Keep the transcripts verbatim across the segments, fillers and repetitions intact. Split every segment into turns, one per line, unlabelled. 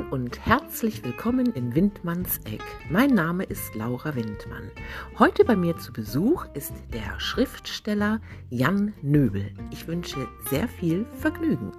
und herzlich willkommen in Windmanns Eck. Mein Name ist Laura Windmann. Heute bei mir zu Besuch ist der Schriftsteller Jan Nöbel. Ich wünsche sehr viel Vergnügen.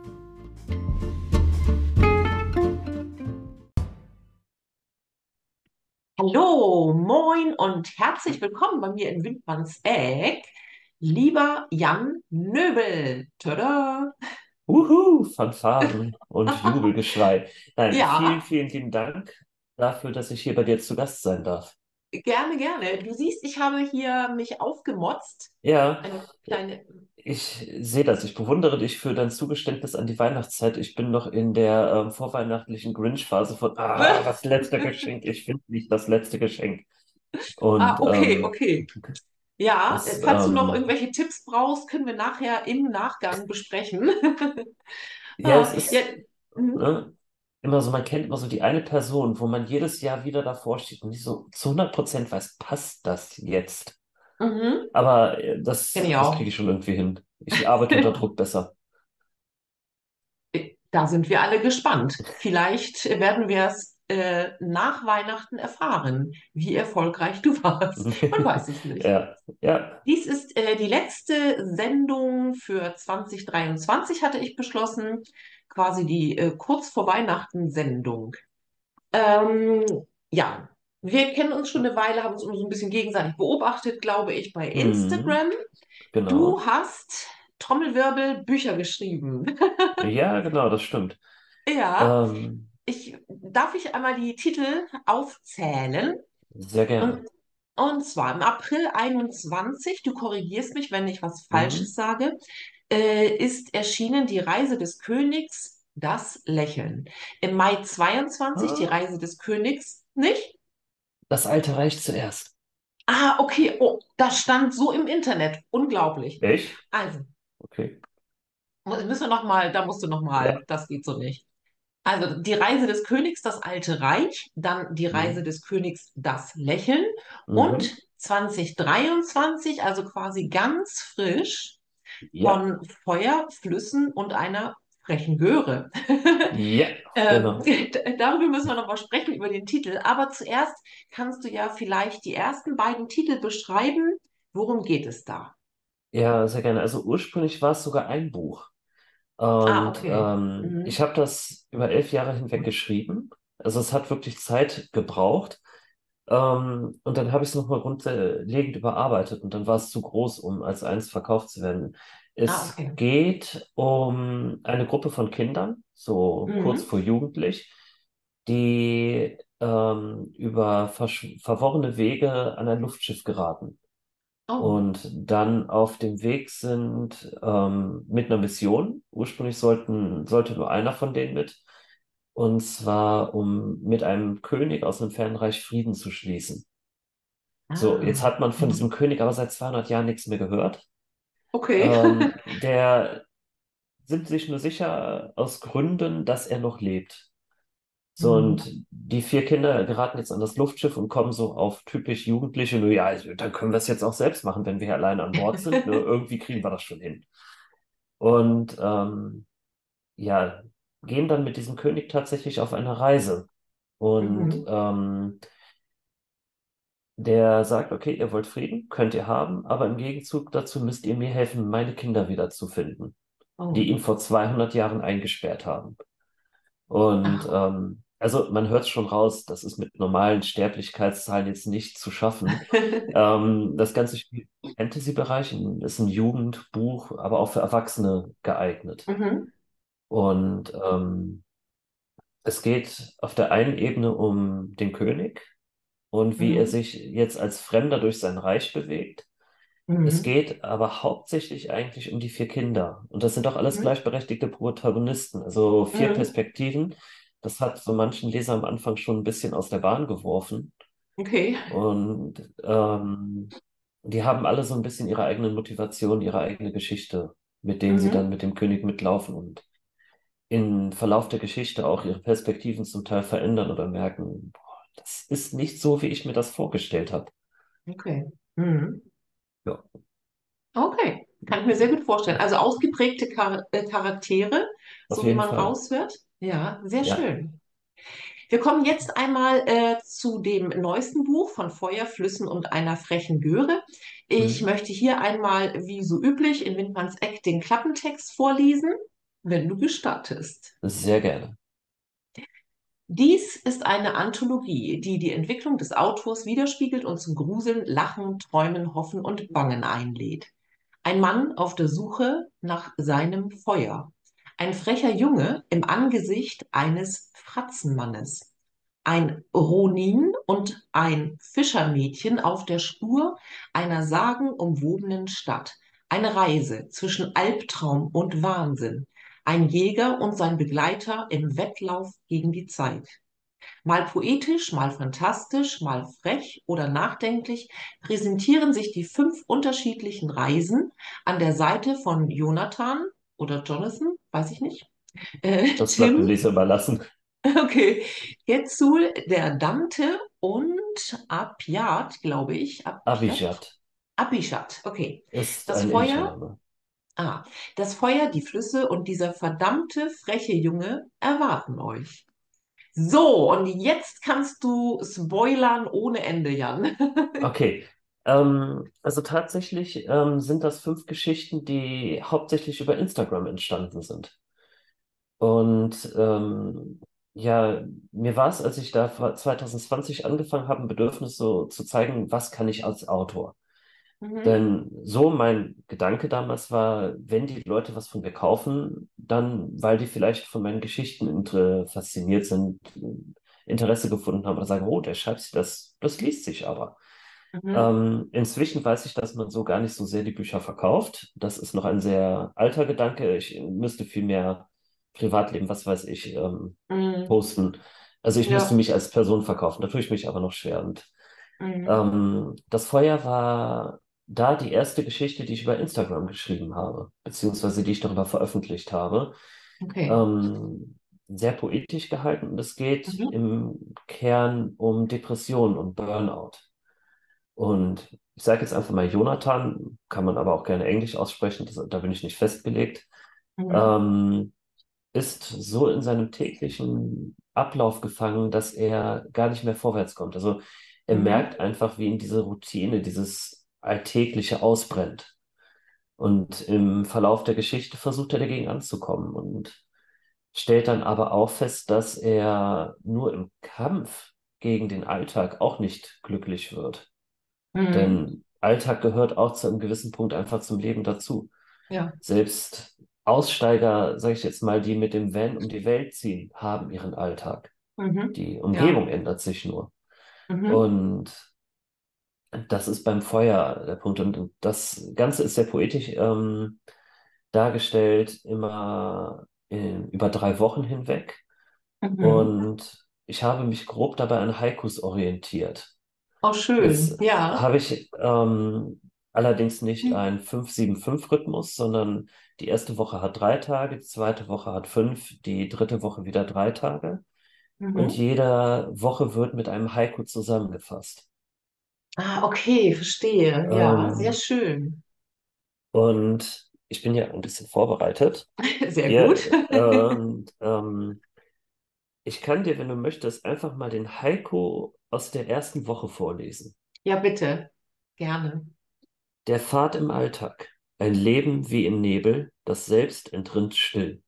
Hallo, moin und herzlich willkommen bei mir in Windmanns Eck, lieber Jan Nöbel. Tada!
Uhu, Fanfaren und Jubelgeschrei. Nein, vielen,
Ja,
vielen lieben Dank dafür, dass ich hier bei dir zu Gast sein darf.
gerne, gerne. Du siehst, ich habe hier mich aufgemotzt.
Ja,
Eine kleine.
ich sehe das. Ich bewundere dich für dein Zugeständnis an die Weihnachtszeit. Ich bin noch in der ähm, vorweihnachtlichen Grinch-Phase von, ah, das letzte Geschenk. Ich finde nicht das letzte Geschenk.
Ah,
Und
okay,
ähm,
okay. Ja, äh,
das,
falls du noch
ähm,
irgendwelche Tipps brauchst, können wir nachher im Nachgang besprechen.
ja,
Ah,
es
ja,
ist
mhm,
ne, immer so, man kennt immer so die eine Person, wo man jedes Jahr wieder davor steht und die so zu hundert Prozent weiß, passt das jetzt?
mhm,
Aber äh, das,
kenne ich
das kriege
auch.
ich schon irgendwie hin. Ich arbeite unter Druck besser.
Da sind wir alle gespannt. Vielleicht werden wir es äh, nach Weihnachten erfahren, wie erfolgreich du warst. Man weiß es nicht.
Ja, ja.
Dies ist äh, die letzte Sendung für zwanzig dreiundzwanzig, hatte ich beschlossen. Quasi die äh, kurz vor Weihnachten Sendung. Ähm, ja, wir kennen uns schon eine Weile, haben uns immer so ein bisschen gegenseitig beobachtet, glaube ich, bei
Hm,
Instagram. Du
genau.
hast Trommelwirbel Bücher geschrieben.
Ja, genau, das stimmt.
Ja,
Ähm,
ich darf ich einmal die Titel aufzählen.
sehr gerne.
Und, und zwar im April einundzwanzig, du korrigierst mich, wenn ich was Falsches
Mhm.
sage, äh, ist erschienen Die Reise des Königs, das Lächeln. Im Mai zweiundzwanzig Die
Ah,
Reise des Königs, nicht?
das Alte Reich zuerst.
Ah, okay. Oh, das stand so im Internet. Unglaublich.
Echt?
Also,
Okay.
mu- müssen wir noch mal, da musst du noch mal,
Ja.
das geht so nicht. Also, die Reise des Königs, das Alte Reich, dann die Reise
Mhm.
des Königs, das Lächeln und
Mhm.
zwanzig dreiundzwanzig, also quasi ganz frisch,
Ja.
von Feuer, Flüssen und einer frechen Göre.
Ja,
Ähm,
genau.
darüber müssen wir noch mal sprechen, über den Titel. Aber zuerst kannst du ja vielleicht die ersten beiden Titel beschreiben. Worum geht es da?
Ja, sehr gerne. Also ursprünglich war es sogar ein Buch.
Ah,
Und
okay.
ähm, ich
Mhm.
habe das über elf Jahre hinweg geschrieben. Also es hat wirklich Zeit gebraucht. Ähm, und dann habe ich es nochmal grundlegend überarbeitet und dann war es zu groß, um als eins verkauft zu werden.
Ah,
Es
okay.
geht um eine Gruppe von Kindern, so kurz
Mhm.
vor jugendlich, die ähm, über versch- verworrene Wege an ein Luftschiff geraten
Oh.
und dann auf dem Weg sind ähm, mit einer Mission. Ursprünglich sollten, sollte nur einer von denen mit, und zwar um mit einem König aus einem fernen Reich Frieden zu schließen. So, jetzt
Ah.
hat man von diesem
Mhm.
König aber seit zweihundert Jahren nichts mehr gehört.
Okay.
Ähm, der sind sich nur sicher aus Gründen, dass er noch lebt. So,
Mhm.
und die vier Kinder geraten jetzt an das Luftschiff und kommen so auf typisch Jugendliche, nur ja, also, dann können wir es jetzt auch selbst machen, wenn wir hier alleine an Bord sind. Ne? Irgendwie kriegen wir das schon hin. Und ähm, ja, gehen dann mit diesem König tatsächlich auf eine Reise. Und
Mhm.
ähm, der sagt, okay, ihr wollt Frieden, könnt ihr haben, aber im Gegenzug dazu müsst ihr mir helfen, meine Kinder wiederzufinden, die
Oh.
ihn vor zweihundert Jahren eingesperrt haben. Und
Ah.
ähm, also man hört es schon raus, das ist mit normalen Sterblichkeitszahlen jetzt nicht zu schaffen. Ähm, das Ganze spielt im Fantasy-Bereich, ist ein Jugendbuch, aber auch für Erwachsene geeignet.
Mhm.
Und ähm, es geht auf der einen Ebene um den König und wie er
Mhm.
sich jetzt als Fremder durch sein Reich bewegt. Es
Mhm.
geht aber hauptsächlich eigentlich um die vier Kinder. Und das sind auch alles
Mhm.
gleichberechtigte Protagonisten. Also vier
Mhm.
Perspektiven. Das hat so manchen Leser am Anfang schon ein bisschen aus der Bahn geworfen.
Okay.
Und ähm, die haben alle so ein bisschen ihre eigene Motivation, ihre eigene Geschichte, mit denen sie dann
Mhm.
mit dem König mitlaufen und im Verlauf der Geschichte auch ihre Perspektiven zum Teil verändern oder merken, boah, das ist nicht so, wie ich mir das vorgestellt habe.
Okay. Mhm.
Ja,
Okay. Kann ich mir sehr gut vorstellen. Also ausgeprägte Char äh, Charaktere,
auf
so wie
jeden
man
Fall.
raushört. Ja, sehr
Ja.
schön. Wir kommen jetzt einmal äh, zu dem neuesten Buch von Feuer, Flüssen und einer frechen Göre. Ich
Mhm.
möchte hier einmal, wie so üblich, in Windmanns Eck den Klappentext vorlesen, wenn du gestattest.
Sehr gerne.
Dies ist eine Anthologie, die die Entwicklung des Autors widerspiegelt und zum Gruseln, Lachen, Träumen, Hoffen und Bangen einlädt. Ein Mann auf der Suche nach seinem Feuer. Ein frecher Junge im Angesicht eines Fratzenmannes. Ein Ronin und ein Fischermädchen auf der Spur einer sagenumwobenen Stadt. Eine Reise zwischen Albtraum und Wahnsinn. Ein Jäger und sein Begleiter im Wettlauf gegen die Zeit. Mal poetisch, mal fantastisch, mal frech oder nachdenklich präsentieren sich die fünf unterschiedlichen Reisen an der Seite von Jonathan oder Jonathan, weiß ich nicht, äh,
Das bleibt dem
Tim,
Leser überlassen.
okay, Getsul, der Dante und Apiat, glaube ich, Apiat,
Abijad
Abishat, okay.
ist
Das
ein indischer
Feuer,
Name.
ah, das Feuer, die Flüsse und dieser verdammte freche Junge erwarten euch. So, und jetzt kannst du spoilern ohne Ende, Jan.
Okay. Ähm, also tatsächlich ähm, sind das fünf Geschichten, die hauptsächlich über Instagram entstanden sind. Und ähm, ja, mir war es, als ich da zwanzig zwanzig angefangen habe, ein Bedürfnis so zu zeigen, was kann ich als Autor.
Mhm.
Denn so mein Gedanke damals war, wenn die Leute was von mir kaufen, dann, weil die vielleicht von meinen Geschichten inter fasziniert sind, Interesse gefunden haben oder sagen, oh, der schreibt sich das, das liest sich aber.
Mhm.
Ähm, inzwischen weiß ich, dass man so gar nicht so sehr die Bücher verkauft. Das ist noch ein sehr alter Gedanke. Ich müsste viel mehr Privatleben, was weiß ich, ähm,
Mhm.
posten. Also ich müsste
Ja.
mich als Person verkaufen. Da tue ich mich aber noch schwer. Und
Mhm.
ähm, das Feuer war da die erste Geschichte, die ich über Instagram geschrieben habe, beziehungsweise die ich darüber veröffentlicht habe.
Okay.
Ähm, sehr poetisch gehalten und es geht
Mhm.
im Kern um Depression und Burnout. Und ich sage jetzt einfach mal Jonathan, kann man aber auch gerne Englisch aussprechen, das, da bin ich nicht festgelegt,
Mhm.
ähm, ist so in seinem täglichen Ablauf gefangen, dass er gar nicht mehr vorwärts kommt. Also er
Mhm.
merkt einfach, wie ihn diese Routine, dieses Alltägliche ausbrennt. Und im Verlauf der Geschichte versucht er dagegen anzukommen und stellt dann aber auch fest, dass er nur im Kampf gegen den Alltag auch nicht glücklich wird.
Mhm.
Denn Alltag gehört auch zu einem gewissen Punkt einfach zum Leben dazu.
Ja.
Selbst Aussteiger, sage ich jetzt mal, die mit dem Van um die Welt ziehen, haben ihren Alltag.
Mhm.
Die
Ja.
Umgebung ändert sich nur.
Mhm.
Und das ist beim Feuer der Punkt. Und das Ganze ist sehr poetisch ähm, dargestellt, immer in, über drei Wochen hinweg.
Mhm.
Und ich habe mich grob dabei an Haikus orientiert.
Oh, schön.
Jetzt
Ja.
habe ich ähm, allerdings nicht
Mhm.
einen fünf sieben fünf Rhythmus, sondern die erste Woche hat drei Tage, die zweite Woche hat fünf, die dritte Woche wieder drei Tage. Und
Mhm.
jede Woche wird mit einem Haiku zusammengefasst.
Ah, okay, verstehe. Ja, sehr
Ähm,
schön.
und ich bin ja ein bisschen vorbereitet
Sehr gut.
hier. Und ähm, ich kann dir, wenn du möchtest, einfach mal den Haiku aus der ersten Woche vorlesen.
Ja, bitte. Gerne.
Der Pfad im Alltag, ein Leben wie im Nebel, das Selbst entrinnt still.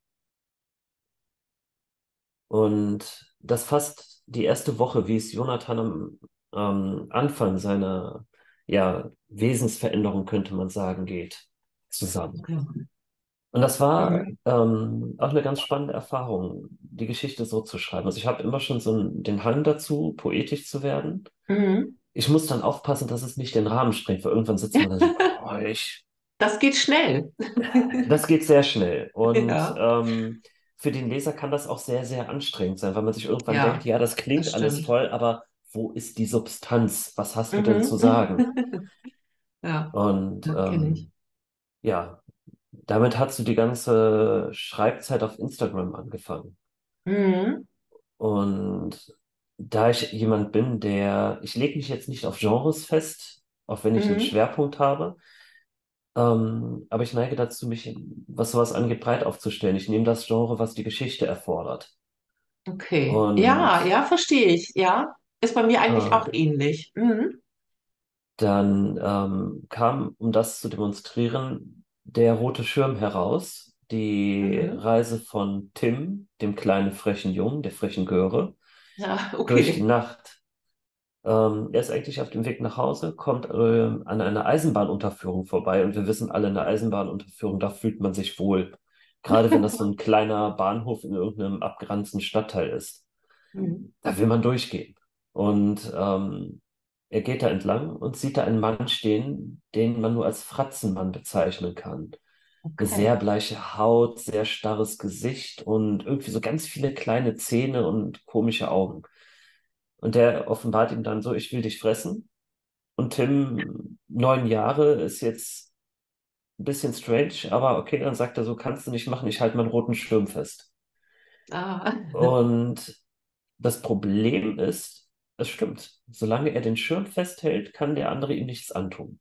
Und das fasst die erste Woche, wie es Jonathan am ähm, Anfang seiner ja, Wesensveränderung, könnte man sagen, geht, zusammen.
Okay.
Und das war
Mhm.
ähm, auch eine ganz spannende Erfahrung, die Geschichte so zu schreiben. Also ich habe immer schon so einen, den Hang dazu, poetisch zu werden.
Mhm.
Ich muss dann aufpassen, dass es nicht den Rahmen sprengt, weil irgendwann sitzt man da so, oh, ich
Das geht schnell.
das geht sehr schnell. Und
Ja.
ähm, für den Leser kann das auch sehr, sehr anstrengend sein, weil man sich irgendwann denkt,
Ja,
ja, das
das
klingt alles
stimmt.
toll, aber wo ist die Substanz? Was hast du denn zu
Mhm.
sagen?
Ja,
Und
das kenne ich.
ähm, ja, damit hast du die ganze Schreibzeit auf Instagram angefangen.
Mhm.
Und da ich jemand bin, der, ich lege mich jetzt nicht auf Genres fest, auch wenn ich einen
Mhm.
Schwerpunkt habe. Ähm, aber ich neige dazu, mich, was sowas angeht, breit aufzustellen. Ich nehme das Genre, was die Geschichte erfordert.
Okay. Ja,
Und
ja, verstehe ich. Ja, ist bei mir eigentlich auch
äh,
ähnlich. Mhm.
dann ähm, kam, um das zu demonstrieren, der rote Schirm heraus, die
Mhm.
Reise von Tim, dem kleinen frechen Jungen, der frechen Göre,
Ja,
durch die
okay.
Nacht. Ähm, er ist eigentlich auf dem Weg nach Hause, kommt ähm, an einer Eisenbahnunterführung vorbei und wir wissen alle, in der Eisenbahnunterführung, da fühlt man sich wohl. Gerade wenn das so ein kleiner Bahnhof in irgendeinem abgeranzten Stadtteil ist.
Mhm.
Da will man durchgehen. Und ähm, er geht da entlang und sieht da einen Mann stehen, den man nur als Fratzenmann bezeichnen kann. Eine sehr
Okay.
bleiche Haut, sehr starres Gesicht und irgendwie so ganz viele kleine Zähne und komische Augen. Und der offenbart ihm dann so, ich will dich fressen. Und Tim, neun Jahre, ist jetzt ein bisschen strange, aber okay, dann sagt er so, kannst du nicht machen, ich halte meinen roten Schirm fest.
Ah.
Und das Problem ist, es stimmt, solange er den Schirm festhält, kann der andere ihm nichts antun.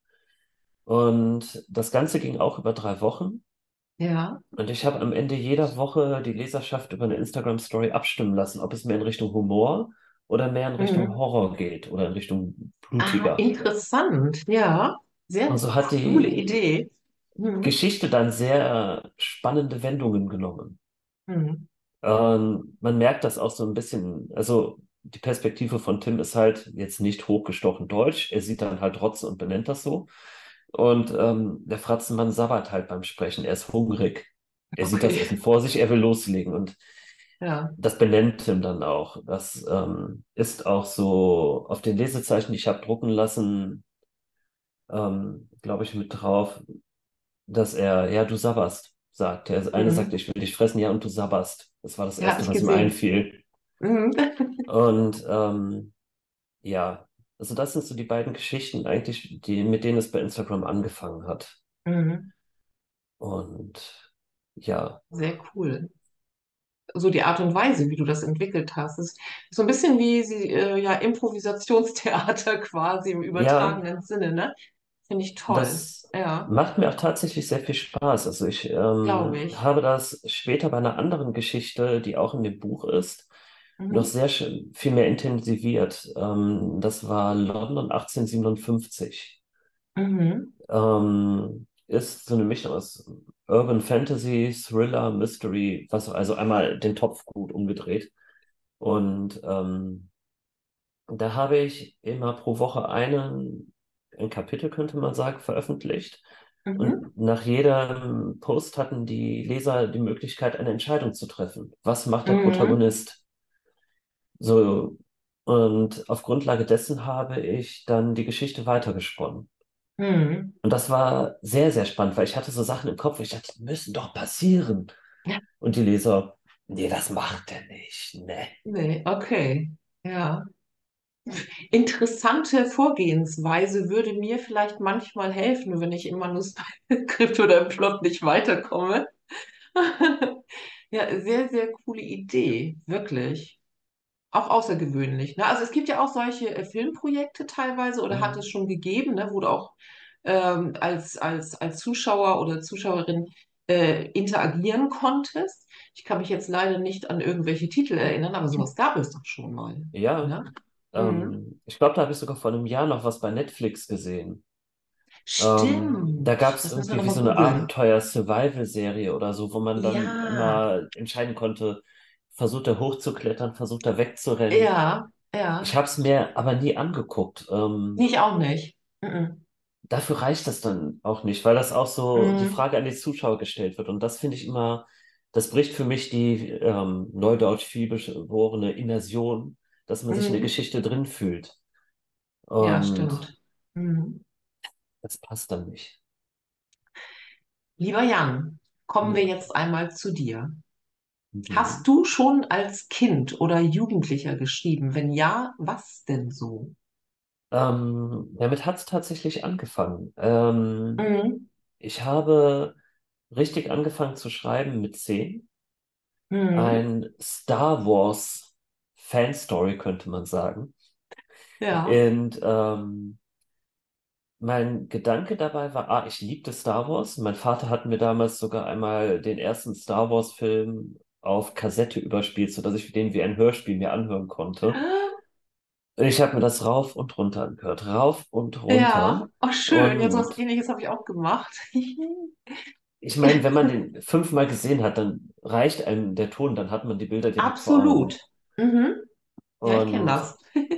Und das Ganze ging auch über drei Wochen.
Ja.
Und ich habe am Ende jeder Woche die Leserschaft über eine Instagram-Story abstimmen lassen, ob es mehr in Richtung Humor oder mehr in Richtung
Mhm.
Horror geht oder in Richtung
Ah,
blutiger.
interessant. Ja,
Und
sehr
so hat
coole
die
Idee. Mhm.
Geschichte dann sehr spannende Wendungen genommen.
Mhm.
Ähm, man merkt das auch so ein bisschen, also die Perspektive von Tim ist halt jetzt nicht hochgestochen deutsch. Er sieht dann halt Rotze und benennt das so. Und ähm, der Fratzenmann sabbert halt beim Sprechen. Er ist hungrig. Er sieht das
Okay.
Essen vor sich, er will loslegen. Und
Ja.
das benennt Tim dann auch. Das ähm, ist auch so auf den Lesezeichen, die ich habe drucken lassen, ähm, glaube ich, mit drauf, dass er, ja, du sabberst, sagt. Der eine sagt,
Mhm.
ich will dich fressen, ja, und du sabberst. Das war das
Ja, habe
Erste,
ich
was ihm
gesehen.
einfiel.
Mhm.
Und ähm, ja, also das sind so die beiden Geschichten eigentlich, die, mit denen es bei Instagram angefangen hat.
Mhm.
Und ja,
Sehr cool. So die Art und Weise, wie du das entwickelt hast, ist so ein bisschen wie sie, äh, ja, Improvisationstheater quasi im
ja,
übertragenen Sinne, ne? Finde ich toll.
das
Ja,
macht mir auch tatsächlich sehr viel Spaß. Also ich
glaube
ähm,
ich.
habe das später bei einer anderen Geschichte, die auch in dem Buch ist, noch
Mhm.
sehr schön, viel mehr intensiviert. Ähm, das war London achtzehnhundertsiebenundfünfzig.
Mhm.
Ähm, ist so eine Mischung aus Urban Fantasy, Thriller, Mystery, was also einmal den Topf gut umgedreht. Und ähm, da habe ich immer pro Woche einen, ein Kapitel, könnte man sagen, veröffentlicht.
Mhm.
Und nach jedem Post hatten die Leser die Möglichkeit, eine Entscheidung zu treffen. Was macht der
Mhm.
Protagonist? So, und auf Grundlage dessen habe ich dann die Geschichte weitergesponnen.
Mhm.
Und das war sehr, sehr spannend, weil ich hatte so Sachen im Kopf, wo ich dachte, die müssen doch passieren.
Ja,
Und die Leser, nee, das macht er nicht. Nee.
nee, okay. Ja. Interessante Vorgehensweise würde mir vielleicht manchmal helfen, wenn ich im Manuskript oder im Plot nicht weiterkomme. Ja, sehr, sehr coole Idee, wirklich. Auch außergewöhnlich. Ne? Also es gibt ja auch solche äh, Filmprojekte teilweise oder hat es
Mhm.
schon gegeben, ne, wo du auch ähm, als, als, als Zuschauer oder Zuschauerin äh, interagieren konntest. Ich kann mich jetzt leider nicht an irgendwelche Titel erinnern, aber sowas gab es doch schon mal.
Ja,
Ne? Mhm.
ähm, ich glaube, da habe ich sogar vor einem Jahr noch was bei Netflix gesehen. Ähm, da gab
Stimmt.
es
Das müssen wir
irgendwie wie
nochmal
so eine
googeln.
Abenteuer-Survival-Serie oder so, wo man dann
Ja,
immer entscheiden konnte, versucht er hochzuklettern, versucht er wegzurennen.
ja,
Ich
ja.
habe es mir aber nie angeguckt.
Nee,
Ähm,
ich auch nicht. Mhm.
dafür reicht das dann auch nicht, weil das auch so die
Mhm.
Frage an die Zuschauer gestellt wird. Und das finde ich immer, das bricht für mich die ähm, neudeutsch vielbeschworene Immersion, dass man sich in der
Mhm.
Geschichte drin fühlt.
Ja,
Und
stimmt. Mhm.
das passt dann nicht.
Lieber Jan, kommen wir
Ja.
jetzt einmal zu dir.
Mhm.
Hast du schon als Kind oder Jugendlicher geschrieben? Wenn ja, was denn so?
Ähm, damit hat es tatsächlich angefangen. Ähm,
Mhm.
ich habe richtig angefangen zu schreiben mit zehn.
Mhm.
Ein Star Wars Fan-Story, könnte man sagen.
Ja,
Und ähm, mein Gedanke dabei war, ah, ich liebte Star Wars. Mein Vater hat mir damals sogar einmal den ersten Star Wars-Film auf Kassette überspielt, sodass ich den wie ein Hörspiel mir anhören konnte. Ich habe mir das rauf und runter angehört, rauf und runter.
Ja, oh schön. Ja, so was
Und
Ähnliches habe ich auch gemacht.
ich meine, wenn man den fünfmal gesehen hat, dann reicht einem der Ton, dann hat man die Bilder direkt vor
Absolut.
Augen.
Mhm. Ja, ich kenne
Und
das.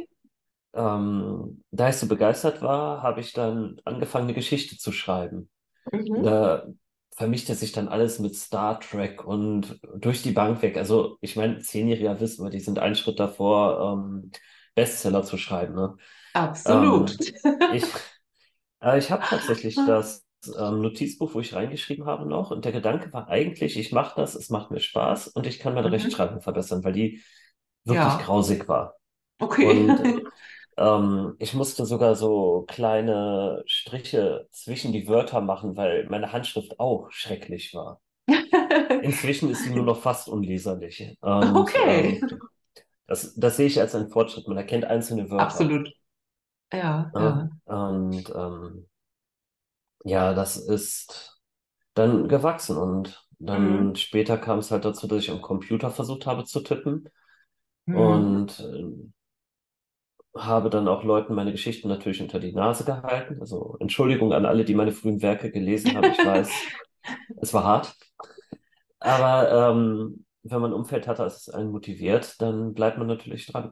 ähm, da ich so begeistert war, habe ich dann angefangen, eine Geschichte zu schreiben.
Mhm.
Da vermischte sich dann alles mit Star Trek und durch die Bank weg. Also, ich meine, Zehnjähriger wissen wir, die sind einen Schritt davor, ähm, Bestseller zu schreiben, ne?
Absolut.
Ähm, ich äh, ich habe tatsächlich das ähm, Notizbuch, wo ich reingeschrieben habe, noch. Und der Gedanke war eigentlich, ich mache das, es macht mir Spaß und ich kann meine
Mhm.
Rechtschreibung verbessern, weil die wirklich
Ja,
grausig war.
okay.
Und ähm, ich musste sogar so kleine Striche zwischen die Wörter machen, weil meine Handschrift auch schrecklich war. Inzwischen ist sie nur noch fast unleserlich. Und
Okay.
ähm, das, das sehe ich als einen Fortschritt. Man erkennt einzelne Wörter.
Absolut. Ja,
Ne?
ja.
Und ähm, ja, das ist dann gewachsen. Und dann
Mhm.
später kam es halt dazu, dass ich am Computer versucht habe zu tippen.
Mhm.
Und äh, habe dann auch Leuten meine Geschichten natürlich unter die Nase gehalten. Also Entschuldigung an alle, die meine frühen Werke gelesen haben. Ich weiß, es war hart. Aber ähm, wenn man ein Umfeld hat, das einen motiviert, dann bleibt man natürlich dran.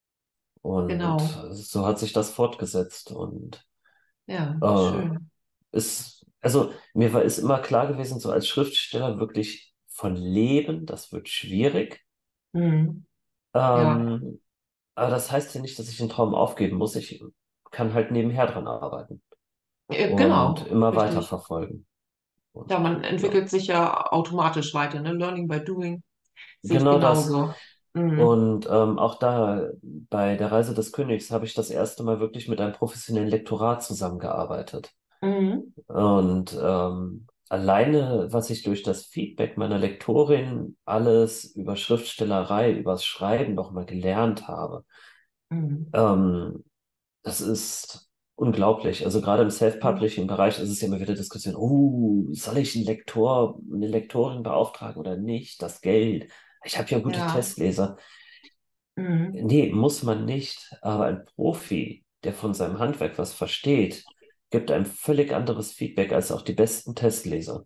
Und
Genau.
so hat sich das fortgesetzt. Und
Ja,
äh,
schön.
ist, also mir war ist immer klar gewesen, so als Schriftsteller wirklich von Leben, das wird schwierig.
Mhm. Ja,
Ähm, aber das heißt ja nicht, dass ich den Traum aufgeben muss. Ich kann halt nebenher dran arbeiten
Äh,
und
genau,
immer weiter
richtig.
verfolgen.
Ja,
Und
man
ja,
entwickelt sich ja automatisch weiter, ne? Learning by doing sehe ich
genau das.
genauso. Mhm.
Und ähm, auch da bei der Reise des Königs habe ich das erste Mal wirklich mit einem professionellen Lektorat zusammengearbeitet.
Mhm.
Und ähm, alleine, was ich durch das Feedback meiner Lektorin alles über Schriftstellerei, übers Schreiben nochmal gelernt habe,
Mhm.
ähm, das ist unglaublich. Also gerade im Self-Publishing-Bereich ist es ja immer wieder Diskussion, oh, soll ich einen Lektor, eine Lektorin beauftragen oder nicht? Das Geld. Ich habe ja gute
Ja.
Testleser.
Mhm.
Nee, muss man nicht. Aber ein Profi, der von seinem Handwerk was versteht, gibt ein völlig anderes Feedback als auch die besten Testleser.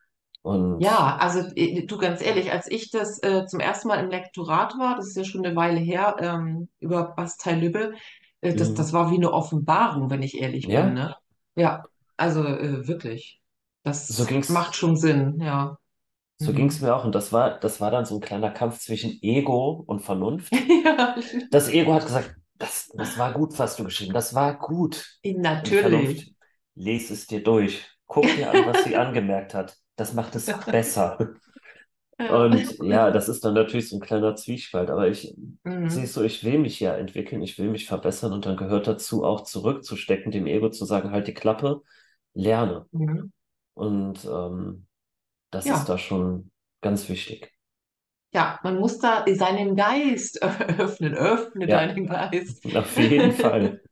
Und
Ja, also äh, du ganz ehrlich, als ich das äh, zum ersten Mal im Lektorat war, das ist ja schon eine Weile her, ähm, über Bastei Lübbe, äh, das,
mh,
das war wie eine Offenbarung, wenn ich ehrlich bin,
ja,
ne? Ja, also äh, wirklich.
so
Das macht
ging's,
schon Sinn, ja.
so ging's
Mhm.
mir auch. Und das war, das war dann so ein kleiner Kampf zwischen Ego und Vernunft.
Ja,
Das Ego hat gesagt, das, das war gut, was du geschrieben, das war gut. Und die Vernunft,
natürlich.
les es dir durch. Guck dir an, was sie angemerkt hat. Das macht es besser.
Ja.
Und ja, das ist dann natürlich so ein kleiner Zwiespalt, aber ich sehe es
Mhm.
so, ich will mich ja entwickeln, ich will mich verbessern und dann gehört dazu auch zurückzustecken, dem Ego zu sagen, halt die Klappe, lerne.
Mhm.
Und ähm, das ist da
Ja.
schon ganz wichtig.
Ja, man muss da seinen Geist öffnen, öffne
Ja,
deinen Geist.
auf jeden Fall.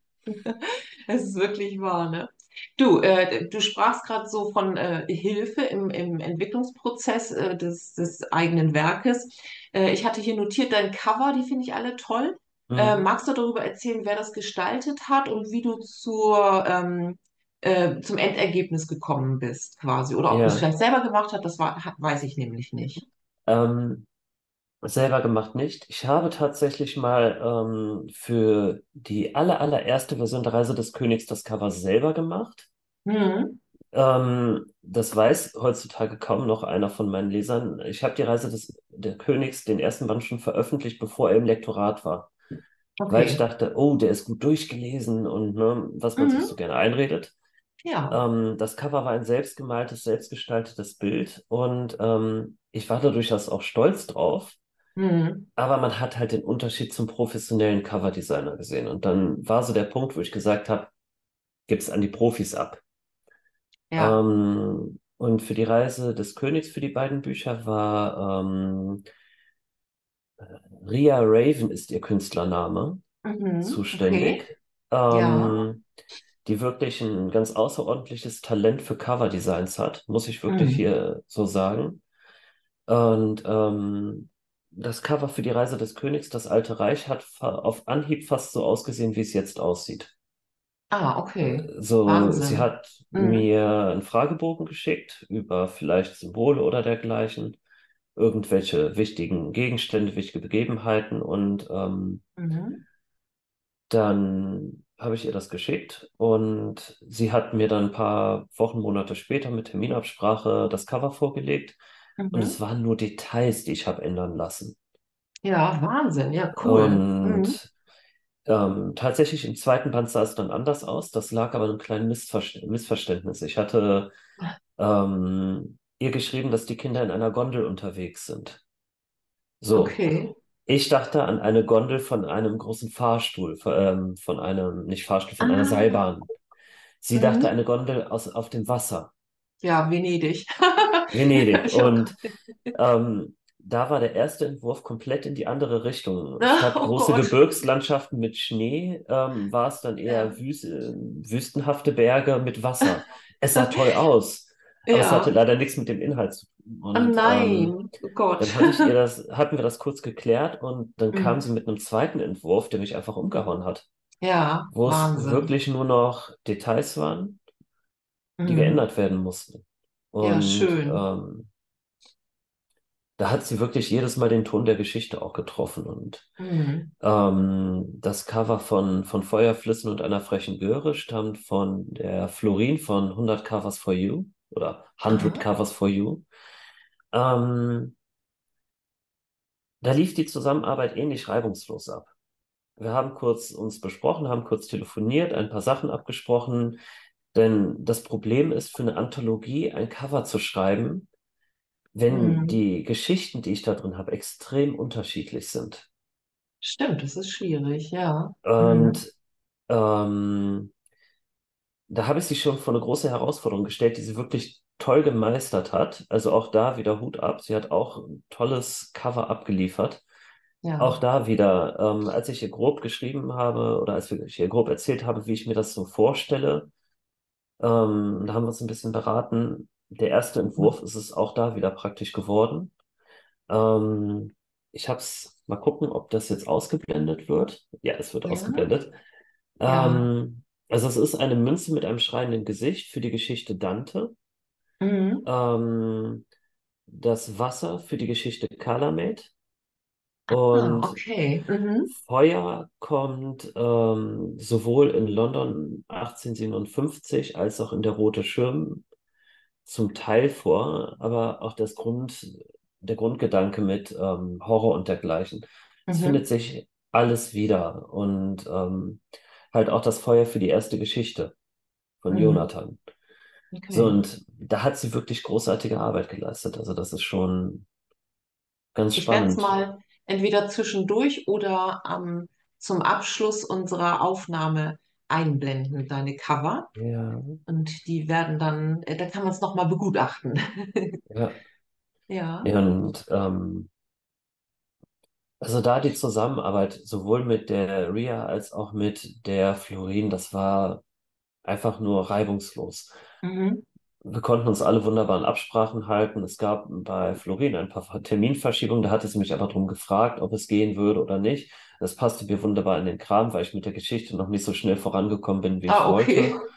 Es ist wirklich wahr, ne? Du, äh, du sprachst gerade so von äh, Hilfe im, im Entwicklungsprozess äh, des, des eigenen Werkes. Äh, ich hatte hier notiert, dein Cover, die finde ich alle toll. Äh,
Mhm.
magst du darüber erzählen, wer das gestaltet hat und wie du zur, ähm, äh, zum Endergebnis gekommen bist, quasi? Oder ob du es
Ja,
vielleicht selber gemacht hast, das war, weiß ich nämlich nicht.
ähm, selber gemacht nicht. Ich habe tatsächlich mal ähm, für die aller, allererste Version der Reise des Königs das Cover selber gemacht.
Mhm.
Ähm, das weiß heutzutage kaum noch einer von meinen Lesern. Ich habe die Reise des der Königs, den ersten Band schon veröffentlicht, bevor er im Lektorat war. Weil ich
Okay.
dachte, oh, der ist gut durchgelesen und ne, was man sich so
Mhm.
gerne einredet.
Ja.
Ähm, das Cover war ein selbstgemaltes, selbstgestaltetes Bild und ähm, ich war da durchaus auch stolz drauf.
Mhm.
Aber man hat halt den Unterschied zum professionellen Coverdesigner gesehen. Und dann war so der Punkt, wo ich gesagt habe, gib's an die Profis ab.
Ja.
Ähm, und für die Reise des Königs für die beiden Bücher war ähm, Ria Raven ist ihr Künstlername
Mhm. Okay.
zuständig,
Ja.
ähm, die wirklich ein ganz außerordentliches Talent für Coverdesigns hat, muss ich wirklich
Mhm.
hier so sagen. Und ähm, das Cover für die Reise des Königs, das Alte Reich, hat fa- auf Anhieb fast so ausgesehen, wie es jetzt aussieht.
Ah, okay.
So, sie
Wahnsinn.
hat
Mhm.
mir einen Fragebogen geschickt über vielleicht Symbole oder dergleichen, irgendwelche wichtigen Gegenstände, wichtige Begebenheiten und ähm,
Mhm.
dann habe ich ihr das geschickt und sie hat mir dann ein paar Wochen, Monate später mit Terminabsprache das Cover vorgelegt und es
Mhm.
waren nur Details, die ich habe ändern lassen.
Ja, Wahnsinn. Ja, cool. Mhm.
Und ähm, tatsächlich im zweiten Band sah es dann anders aus. Das lag aber an einem kleinen Missverst Missverständnis. Ich hatte ähm, ihr geschrieben, dass die Kinder in einer Gondel unterwegs sind. So,
Okay.
ich dachte an eine Gondel von einem großen Fahrstuhl, von, ähm, von einem, nicht Fahrstuhl, von einer
Ah,
Seilbahn. Sie dachte
mhm.
eine Gondel aus, auf dem Wasser.
Ja, Venedig.
Venedig.
Ich hab
Und
grad-
ähm, da war der erste Entwurf komplett in die andere Richtung.
Ah,
Statt
oh
große
Gott.
Gebirgslandschaften mit Schnee, ähm, war es dann eher
Ja.
wüs äh, wüstenhafte Berge mit Wasser. Es sah toll aus, aber es hatte
Ja.
leider nichts mit dem Inhalt zu tun.
Oh
Und ähm,
nein. Oh Gott.
dann hatte ich ihr das, hatten wir das kurz geklärt und dann kam
Mhm.
sie mit einem zweiten Entwurf, der mich einfach umgehauen hat,
Ja,
wo es
Wahnsinn.
wirklich nur noch Details waren, die
Mhm.
geändert werden mussten.
Ja,
Und
schön.
ähm, da hat sie wirklich jedes Mal den Ton der Geschichte auch getroffen. Und
Mhm.
ähm, das Cover von, von Feuerflüssen und einer frechen Göre stammt von der Florin von hundert Covers for You oder hundert
Aha.
Covers for You. Ähm, da lief die Zusammenarbeit ähnlich reibungslos ab. Wir haben kurz uns besprochen, haben kurz telefoniert, ein paar Sachen abgesprochen, denn das Problem ist, für eine Anthologie ein Cover zu schreiben, wenn
Mhm.
die Geschichten, die ich da drin habe, extrem unterschiedlich sind.
Stimmt, das ist schwierig, ja. Mhm.
Und ähm, da habe ich sie schon vor eine große Herausforderung gestellt, die sie wirklich toll gemeistert hat. Also auch da wieder Hut ab. Sie hat auch ein tolles Cover abgeliefert. Auch
Ja.
da wieder, ähm, als ich ihr grob geschrieben habe oder als ich ihr grob erzählt habe, wie ich mir das so vorstelle, ähm, da haben wir uns ein bisschen beraten. Der erste Entwurf ist es auch da wieder praktisch geworden. Ähm, ich habe es, mal gucken, ob das jetzt ausgeblendet wird. Ja, es wird
Ja.
ausgeblendet.
Ja.
Ähm, also es ist eine Münze mit einem schreienden Gesicht für die Geschichte Dante.
Mhm.
Ähm, das Wasser für die Geschichte Calamate.
Ah,
Und
okay. Mhm.
Feuer kommt ähm, sowohl in London achtzehnhundertsiebenundfünfzig als auch in der Rote Schirm zum Teil vor, aber auch das Grund, der Grundgedanke mit ähm, Horror und dergleichen. Es findet
Mhm.
sich alles wieder und ähm, halt auch das Feuer für die erste Geschichte von
Mhm.
Jonathan. So,
Okay.
und da hat sie wirklich großartige Arbeit geleistet. Also das ist schon ganz
Ich werde es
spannend.
mal entweder zwischendurch oder am zum Abschluss unserer Aufnahme einblenden, deine Cover.
Ja,
Und die werden dann, äh, da kann man es nochmal begutachten.
ja.
Ja.
Ja, und ähm, also da die Zusammenarbeit sowohl mit der Ria als auch mit der Florin, das war einfach nur reibungslos.
Mhm.
Wir konnten uns alle wunderbar an Absprachen halten. Es gab bei Florin ein paar Terminverschiebungen. Da hatte sie mich aber darum gefragt, ob es gehen würde oder nicht. Das passte mir wunderbar in den Kram, weil ich mit der Geschichte noch nicht so schnell vorangekommen bin, wie ich
Ah, okay.
wollte.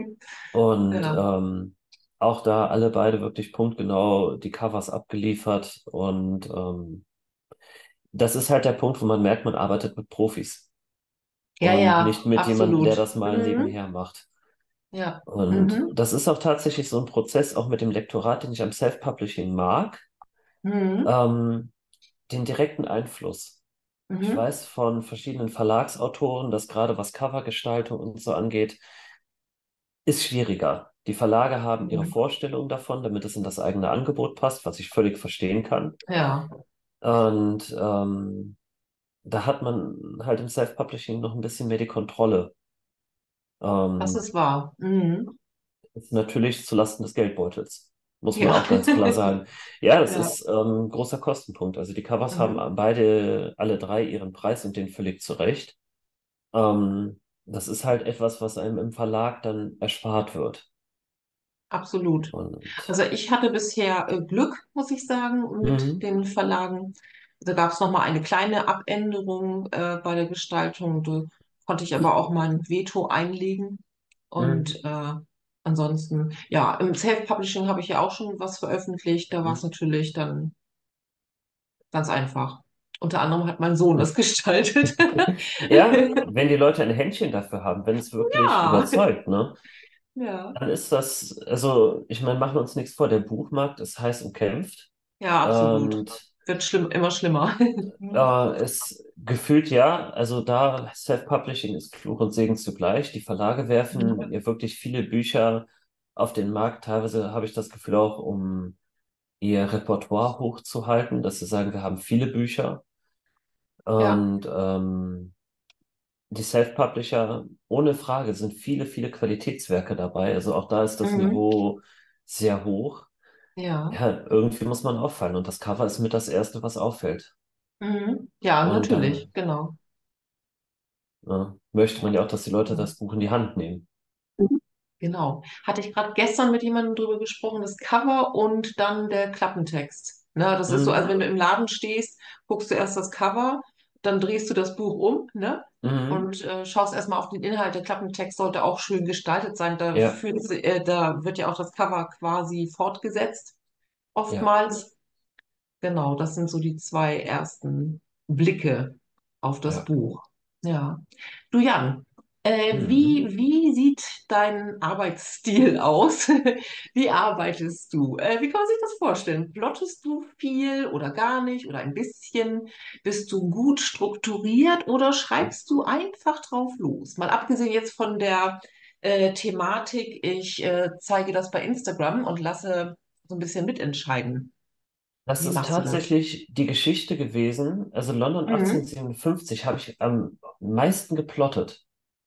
Und
Ja.
ähm, auch da alle beide wirklich punktgenau die Covers abgeliefert. Und ähm, das ist halt der Punkt, wo man merkt, man arbeitet mit Profis
Ja,
und nicht
ja,
mit jemandem, der
absolut.
das mal
Mhm.
nebenher macht.
Ja.
Und
Mhm.
das ist auch tatsächlich so ein Prozess, auch mit dem Lektorat, den ich am Self-Publishing mag,
Mhm.
ähm, den direkten Einfluss. Ich
Mhm.
weiß von verschiedenen Verlagsautoren, dass gerade was Covergestaltung und so angeht, ist schwieriger. Die Verlage haben ihre
Mhm.
Vorstellungen davon, damit es in das eigene Angebot passt, was ich völlig verstehen kann.
Ja,
Und ähm, da hat man halt im Self-Publishing noch ein bisschen mehr die Kontrolle.
das
Ähm,
ist wahr. Mhm.
Ist natürlich zulasten des Geldbeutels, muss man
Ja.
auch ganz klar sagen. Ja, das
Ja.
ist ähm, ein großer Kostenpunkt. Also die Covers
Mhm.
haben beide, alle drei ihren Preis und den völlig zurecht. Ähm, das ist halt etwas, was einem im Verlag dann erspart wird.
absolut.
Und
Also ich hatte bisher äh, Glück, muss ich sagen, mit
mhm,
den Verlagen. Da gab es noch mal eine kleine Abänderung äh, bei der Gestaltung. Da konnte ich aber auch mein Veto einlegen.
mhm,
Und äh, ansonsten, ja, im Self-Publishing habe ich ja auch schon was veröffentlicht. Da war es
mhm.
natürlich dann ganz einfach. Unter anderem hat mein Sohn es gestaltet.
Ja, wenn die Leute ein Händchen dafür haben, wenn es wirklich
Ja,
überzeugt, ne,
ja,
dann ist das, also ich meine, machen wir uns nichts vor, der Buchmarkt ist heiß umkämpft
ja, absolut.
und
Wird schlimm, immer schlimmer.
äh, es gefühlt ja, also da Self-Publishing ist Fluch und Segen zugleich. Die Verlage werfen ja wirklich viele Bücher auf den Markt. Teilweise habe ich das Gefühl auch, um ihr Repertoire hochzuhalten, dass sie sagen, wir haben viele Bücher.
Ja.
Und ähm, die Self-Publisher, ohne Frage, sind viele, viele Qualitätswerke dabei. Also auch da ist das
Mhm.
Niveau sehr hoch.
Ja.
Ja, irgendwie muss man auffallen. Und das Cover ist mit das Erste, was auffällt.
Mhm. Ja,
Und da
natürlich, genau.
ja, möchte man ja auch, dass die Leute das Buch in die Hand nehmen.
Mhm. Genau. Hatte ich gerade gestern mit jemandem drüber gesprochen, das Cover und dann der Klappentext. Ne, das ist so, also
Mhm.
wenn du im Laden stehst, guckst du erst das Cover, dann drehst du das Buch um, ne?
Mhm.
Und äh, schaust erstmal auf den Inhalt. Der Klappentext sollte auch schön gestaltet sein. Da
Ja,
fühlt, sie- äh, da wird ja auch das Cover quasi fortgesetzt,
ja,
oftmals. Genau, das sind so die zwei ersten Blicke auf das
ja.
Buch. Ja. Du Jan, äh,
Mhm.
wie, wie sieht dein Arbeitsstil aus? Wie arbeitest du? Äh, wie kann man sich das vorstellen? Plottest du viel oder gar nicht oder ein bisschen? Bist du gut strukturiert oder schreibst du einfach drauf los? Mal abgesehen jetzt von der äh, Thematik, ich äh, zeige das bei Instagram und lasse so ein bisschen mitentscheiden.
Das
Wie
ist
machst du das?
tatsächlich die Geschichte gewesen. Also London
Mhm.
achtzehnhundertsiebenundfünfzig habe ich am meisten geplottet.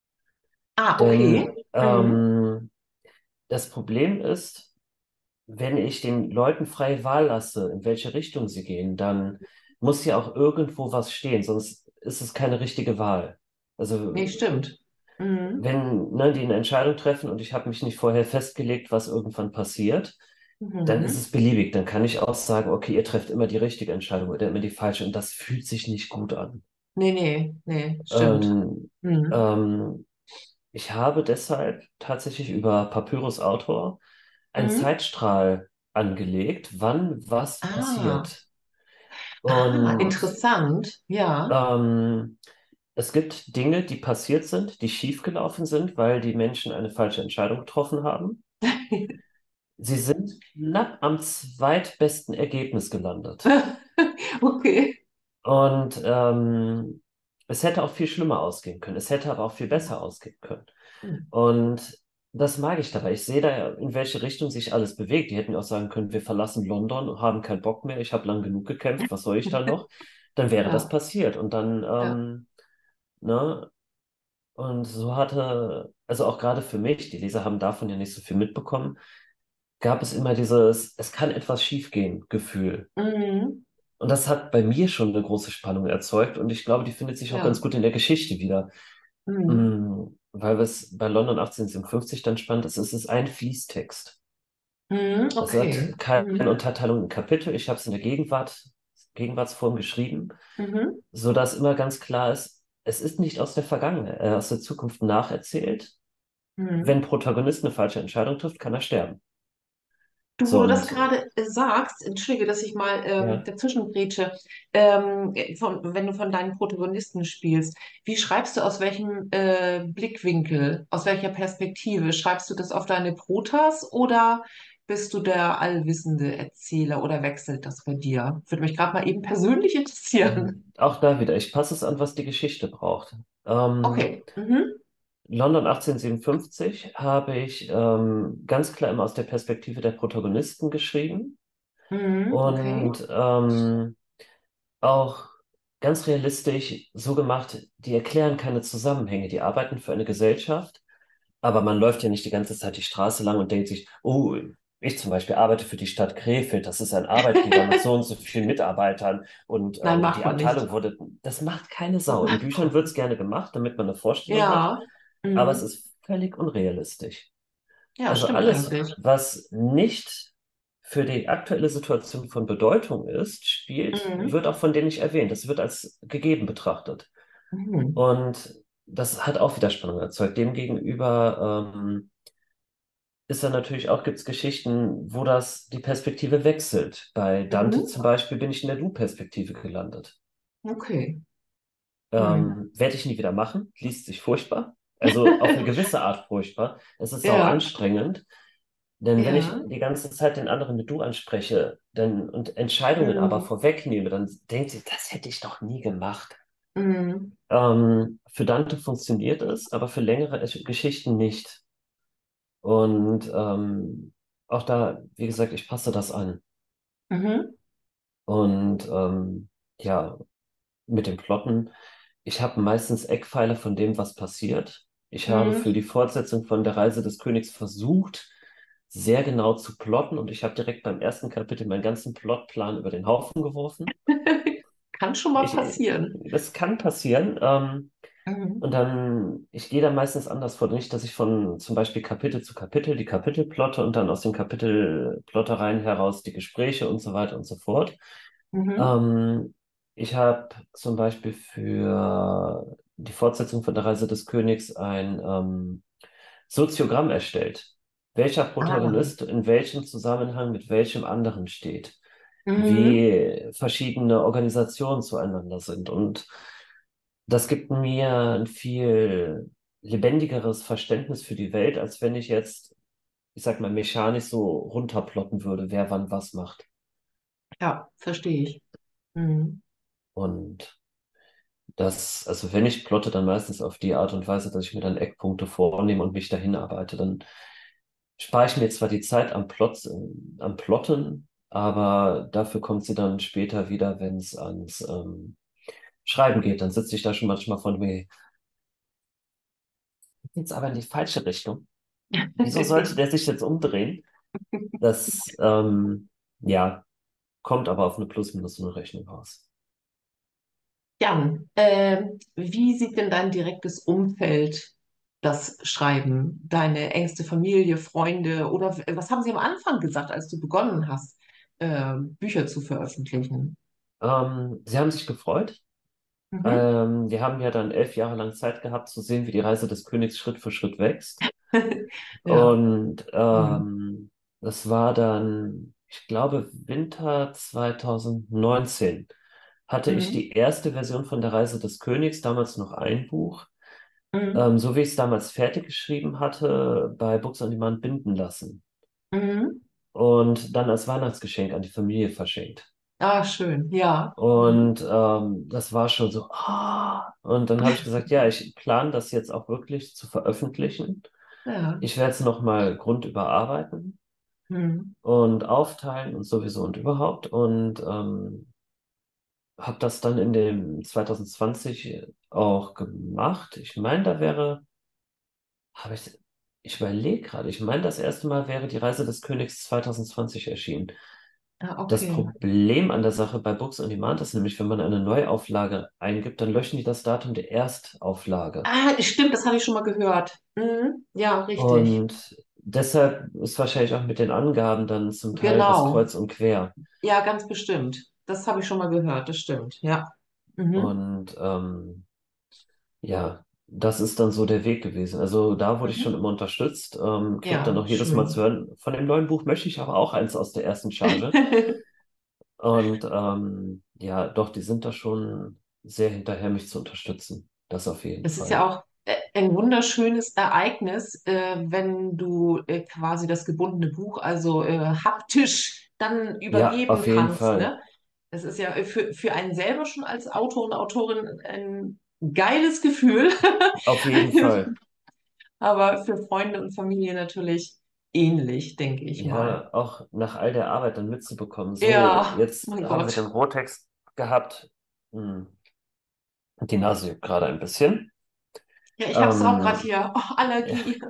Ah, okay.
Denn
Mhm.
ähm, das Problem ist, wenn ich den Leuten freie Wahl lasse, in welche Richtung sie gehen, dann muss ja auch irgendwo was stehen, sonst ist es keine richtige Wahl.
Nee,
Also
stimmt. Mhm.
wenn ne, die eine Entscheidung treffen und ich habe mich nicht vorher festgelegt, was irgendwann passiert, dann ist
Mhm.
es beliebig. Dann kann ich auch sagen, okay, ihr trefft immer die richtige Entscheidung oder immer die falsche und das fühlt sich nicht gut an.
Nee, nee, nee, stimmt.
Ähm,
Mhm.
ähm, Ich habe deshalb tatsächlich über Papyrus Autor einen
Mhm.
Zeitstrahl angelegt, wann was
Ah,
passiert.
ah,
Und
interessant. Ja.
ähm, es gibt Dinge, die passiert sind, die schiefgelaufen sind, weil die Menschen eine falsche Entscheidung getroffen haben. Sie sind knapp am zweitbesten Ergebnis gelandet.
Okay.
Und ähm, es hätte auch viel schlimmer ausgehen können. Es hätte aber auch viel besser ausgehen können.
Mhm.
Und das mag ich dabei. Ich sehe da, in welche Richtung sich alles bewegt. Die hätten ja auch sagen können, wir verlassen London und haben keinen Bock mehr. Ich habe lang genug gekämpft. Was soll ich da noch? Dann wäre das
Ja,
passiert. Und dann,
ja.
ähm, ne? Und so hatte, also auch gerade für mich, die Leser haben davon ja nicht so viel mitbekommen, gab es immer dieses, es kann etwas schiefgehen, Gefühl.
Mhm.
Und das hat bei mir schon eine große Spannung erzeugt. Und ich glaube, die findet sich auch ganz
Ja.
gut in der Geschichte wieder.
Mhm.
Mm, Weil es bei London achtzehnhundertsiebenundfünfzig dann spannend ist, es ist ein Fließtext.
Mhm.
Es hat
Okay.
keine
Mhm.
Unterteilung in Kapitel. Ich habe es in der Gegenwart, Gegenwartsform geschrieben,
Mhm.
sodass immer ganz klar ist, es ist nicht aus der Vergangenheit, äh, aus der Zukunft nacherzählt. Wenn
Mhm.
ein Protagonist eine falsche Entscheidung trifft, kann er sterben.
Du, wo
So
du das
und
gerade äh, sagst, entschuldige, dass ich mal ähm,
ja.
dazwischen grätsche, ähm, von, wenn du von deinen Protagonisten spielst, wie schreibst du aus welchem äh, Blickwinkel, aus welcher Perspektive? Schreibst du das auf deine Protas oder bist du der allwissende Erzähler oder wechselt das bei dir? Würde mich gerade mal eben persönlich interessieren.
Ähm, Auch da wieder, ich passe es an, was die Geschichte braucht. Ähm,
Okay. Mhm.
London achtzehnhundertsiebenundfünfzig habe ich ähm, ganz klar immer aus der Perspektive der Protagonisten geschrieben
Mhm. Okay.
und ähm, auch ganz realistisch so gemacht, die erklären keine Zusammenhänge, die arbeiten für eine Gesellschaft, aber man läuft ja nicht die ganze Zeit die Straße lang und denkt sich, oh, ich zum Beispiel arbeite für die Stadt Krefeld, das ist ein Arbeitgeber mit so und so vielen Mitarbeitern und
Nein,
ähm,
macht
die
man nicht.
Abteilung wurde, das macht keine Sau. In
Macht
Büchern
man
wird es
nicht.
gerne gemacht, damit man eine Vorstellung hat,
Ja.
aber es
Mhm.
ist völlig unrealistisch.
Ja,
Also
stimmt
alles,
eigentlich.
was nicht für die aktuelle Situation von Bedeutung ist, spielt,
Mhm.
wird auch von denen nicht erwähnt. Das wird als gegeben betrachtet.
Mhm.
Und das hat auch wieder Spannung erzeugt. Demgegenüber ähm, ist dann natürlich auch, gibt es Geschichten, wo das die Perspektive wechselt. Bei Dante
Mhm.
zum Beispiel bin ich in der Du-Perspektive gelandet.
Okay. Mhm.
Ähm, werde ich nie wieder machen, liest sich furchtbar. Also auf eine gewisse Art furchtbar. Es ist sau
Ja,
anstrengend, denn wenn ich
ja.
die ganze Zeit den anderen mit Du anspreche dann, und Entscheidungen aber
Mhm.
vorwegnehme, dann denkt sie, das hätte ich doch nie gemacht.
Mhm.
Ähm, für Dante funktioniert es, aber für längere Esch- Geschichten nicht. Und ähm, auch da, wie gesagt, ich passe das an.
Mhm.
Und ähm, ja, mit dem Plotten. Ich habe meistens Eckpfeiler von dem, was passiert. Ich habe
Mhm.
für die Fortsetzung von der Reise des Königs versucht, sehr genau zu plotten und ich habe direkt beim ersten Kapitel meinen ganzen Plotplan über den Haufen geworfen.
Kann schon mal
Ich,
passieren.
das kann passieren. Ähm,
Mhm.
und dann, ich gehe da meistens anders vor. Nicht, dass ich von zum Beispiel Kapitel zu Kapitel die Kapitel plotte und dann aus den Kapitelplottereien heraus die Gespräche und so weiter und so fort.
Mhm.
Ähm, ich habe zum Beispiel für die Fortsetzung von der Reise des Königs ein ähm, Soziogramm erstellt. Welcher
Ah.
Protagonist in welchem Zusammenhang mit welchem anderen steht.
Mhm.
Wie verschiedene Organisationen zueinander sind. Und das gibt mir ein viel lebendigeres Verständnis für die Welt, als wenn ich jetzt, ich sag mal, mechanisch so runterplotten würde, wer wann was macht.
Ja, verstehe ich. Mhm.
Und das, also wenn ich plotte, dann meistens auf die Art und Weise, dass ich mir dann Eckpunkte vornehme und mich dahin arbeite. Dann spare ich mir zwar die Zeit am Plot, äh, am Plotten, aber dafür kommt sie dann später wieder, wenn es ans ähm, Schreiben geht. Dann sitze ich da schon manchmal von mir, geht's aber in die falsche Richtung. Wieso sollte der sich jetzt umdrehen? Das, ähm, ja, kommt aber auf eine Plus-Minus-Null-Rechnung raus.
Jan, äh, wie sieht denn dein direktes Umfeld das Schreiben? Deine engste Familie, Freunde oder w- was haben sie am Anfang gesagt, als du begonnen hast, äh, Bücher zu veröffentlichen?
Ähm, sie haben sich gefreut.
Mhm.
Ähm, die haben ja dann elf Jahre lang Zeit gehabt zu sehen, wie die Reise des Königs Schritt für Schritt wächst.
Ja.
Und
Mhm.
ähm, das war dann, ich glaube, Winter zwanzig neunzehn hatte ich
Mhm.
die erste Version von der Reise des Königs, damals noch ein Buch,
Mhm.
ähm, so wie ich es damals fertig geschrieben hatte, bei Books on Demand binden lassen
Mhm.
und dann als Weihnachtsgeschenk an die Familie verschenkt.
Ah, schön. Ja. Mhm.
Und ähm, das war schon so, ah. Und dann habe ich gesagt, ja, ich plane das jetzt auch wirklich zu veröffentlichen.
Ja.
Ich werde es nochmal grundüberarbeiten
Mhm.
und aufteilen und sowieso und überhaupt. Und ähm, habe das dann in dem zwanzig zwanzig auch gemacht. Ich meine, da wäre, habe ich, ich überlege gerade, ich meine, das erste Mal wäre die Reise des Königs zwanzig zwanzig erschienen.
Ah,
Das
okay.
Problem an der Sache bei Books on Demand ist nämlich, wenn man eine Neuauflage eingibt, dann löschen die das Datum der Erstauflage.
Ah, stimmt, das habe ich schon mal gehört. Mhm. Ja, richtig.
Und deshalb ist wahrscheinlich auch mit den Angaben dann zum Teil was
Genau.
kreuz und quer.
Ja, ganz bestimmt. Das habe ich schon mal gehört, das stimmt. Ja. Mhm.
Und ähm, ja, das ist dann so der Weg gewesen. Also da wurde ich schon
Mhm.
immer unterstützt, ähm, krieg dann
Ja,
auch jedes Mal zu
schön.
hören, von dem neuen Buch möchte ich aber auch eins aus der ersten Charge. Und ähm, ja, doch, die sind da schon sehr hinterher, mich zu unterstützen. Das auf jeden
Es ist ja
Fall.
auch äh, ein wunderschönes Ereignis, äh, wenn du äh, quasi das gebundene Buch, also äh, haptisch dann
Ja,
übergeben
auf jeden
kannst,
Fall.
ne? Es ist ja äh, für, für einen selber schon als Autor und Autorin ein geiles Gefühl,
Auf jeden Fall.
aber für Freunde und Familie natürlich ähnlich, denke ich mal.
Ja, auch nach all der Arbeit dann mitzubekommen. So,
Ja,
jetzt
mein
haben wir den
Gott.
Rohtext gehabt. Hm, die Nase juckt gerade ein bisschen.
Ja, ich habe es auch gerade
Ähm,
hier. Oh,
ja,
Allergie.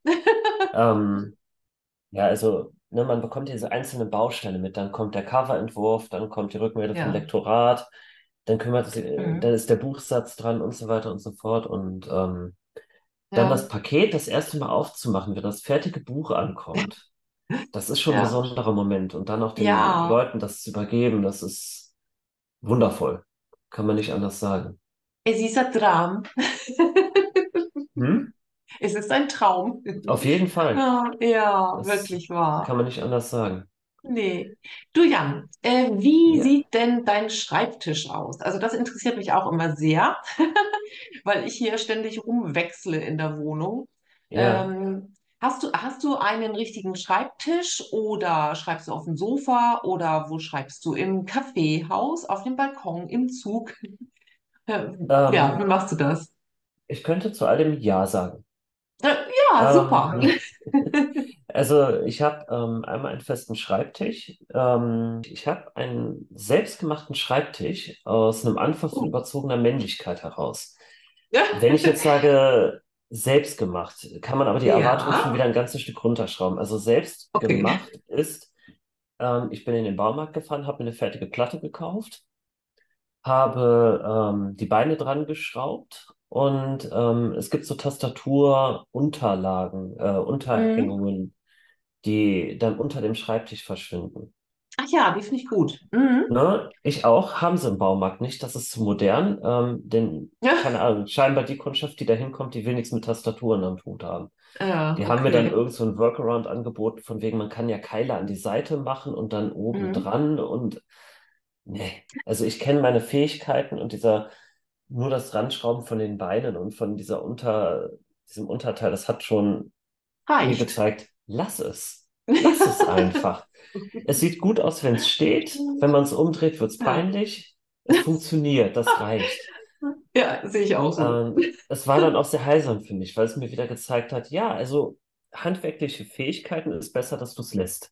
ähm, ja, also, ne, man bekommt diese einzelnen Bausteine mit. Dann kommt der Coverentwurf, dann kommt die Rückmeldung vom
Ja.
Lektorat, dann kümmert sich, äh, dann
Mhm.
ist der Buchsatz dran und so weiter und so fort. Und ähm, Dann das
Ja,
Paket das erste Mal aufzumachen, wenn das fertige Buch ankommt. Das ist schon ein
ja,
besonderer Moment. Und dann auch den
ja.
Leuten das zu übergeben, das ist wundervoll. Kann man nicht anders sagen.
Es ist ein Traum.
Hm?
Es ist ein Traum.
Auf jeden Fall.
Ah, ja,
Das
wirklich wahr.
kann man nicht anders sagen.
Nee. Du Jan, äh, wie
Ja.
sieht denn dein Schreibtisch aus? Also das interessiert mich auch immer sehr, weil ich hier ständig rumwechsle in der Wohnung.
Ja.
Ähm, hast du, hast du einen richtigen Schreibtisch oder schreibst du auf dem Sofa oder wo schreibst du? Im Kaffeehaus, auf dem Balkon, im Zug? Äh, ja, wie
Ähm,
machst du das?
Ich könnte zu allem Ja sagen.
Äh, ja, super.
Ähm, also ich habe ähm, einmal einen festen Schreibtisch. Ähm, ich habe einen selbstgemachten Schreibtisch aus einem Anfang von
Uh,
überzogener Männlichkeit heraus.
ja,
Wenn ich jetzt sage selbstgemacht, kann man aber die Erwartung schon
ja,
wieder ein ganzes Stück runterschrauben. Also
okay.
selbstgemacht ist, ähm, ich bin in den Baumarkt gefahren, habe mir eine fertige Platte gekauft, habe ähm, die Beine dran geschraubt und ähm, es gibt so Tastaturunterlagen, äh,
Mhm.
Unterhängungen, die dann unter dem Schreibtisch verschwinden.
Ach ja, die finde ich gut. Mhm.
Ne? Ich auch, haben sie im Baumarkt nicht, das ist zu modern, ähm, denn,
Ja,
keine Ahnung, scheinbar die Kundschaft, die da hinkommt, die will nichts mit Tastaturen am Hut haben.
ja,
Die haben mir dann
okay.
irgend so ein Workaround angeboten, von wegen, man kann ja Keile an die Seite machen und dann oben
Mhm.
dran und nee. Also ich kenne meine Fähigkeiten und dieser, nur das Ranschrauben von den Beinen und von dieser Unter, diesem Unterteil, das hat schon mir
Reicht.
gezeigt, lass es. Lass es einfach. Es sieht gut aus, wenn es steht. Wenn man es umdreht, wird es
Ja,
peinlich. Es funktioniert, das reicht.
ja, sehe ich auch so.
Ähm, Es war dann auch sehr heilsam für mich, weil es mir wieder gezeigt hat, ja, also handwerkliche Fähigkeiten ist besser, dass du es lässt.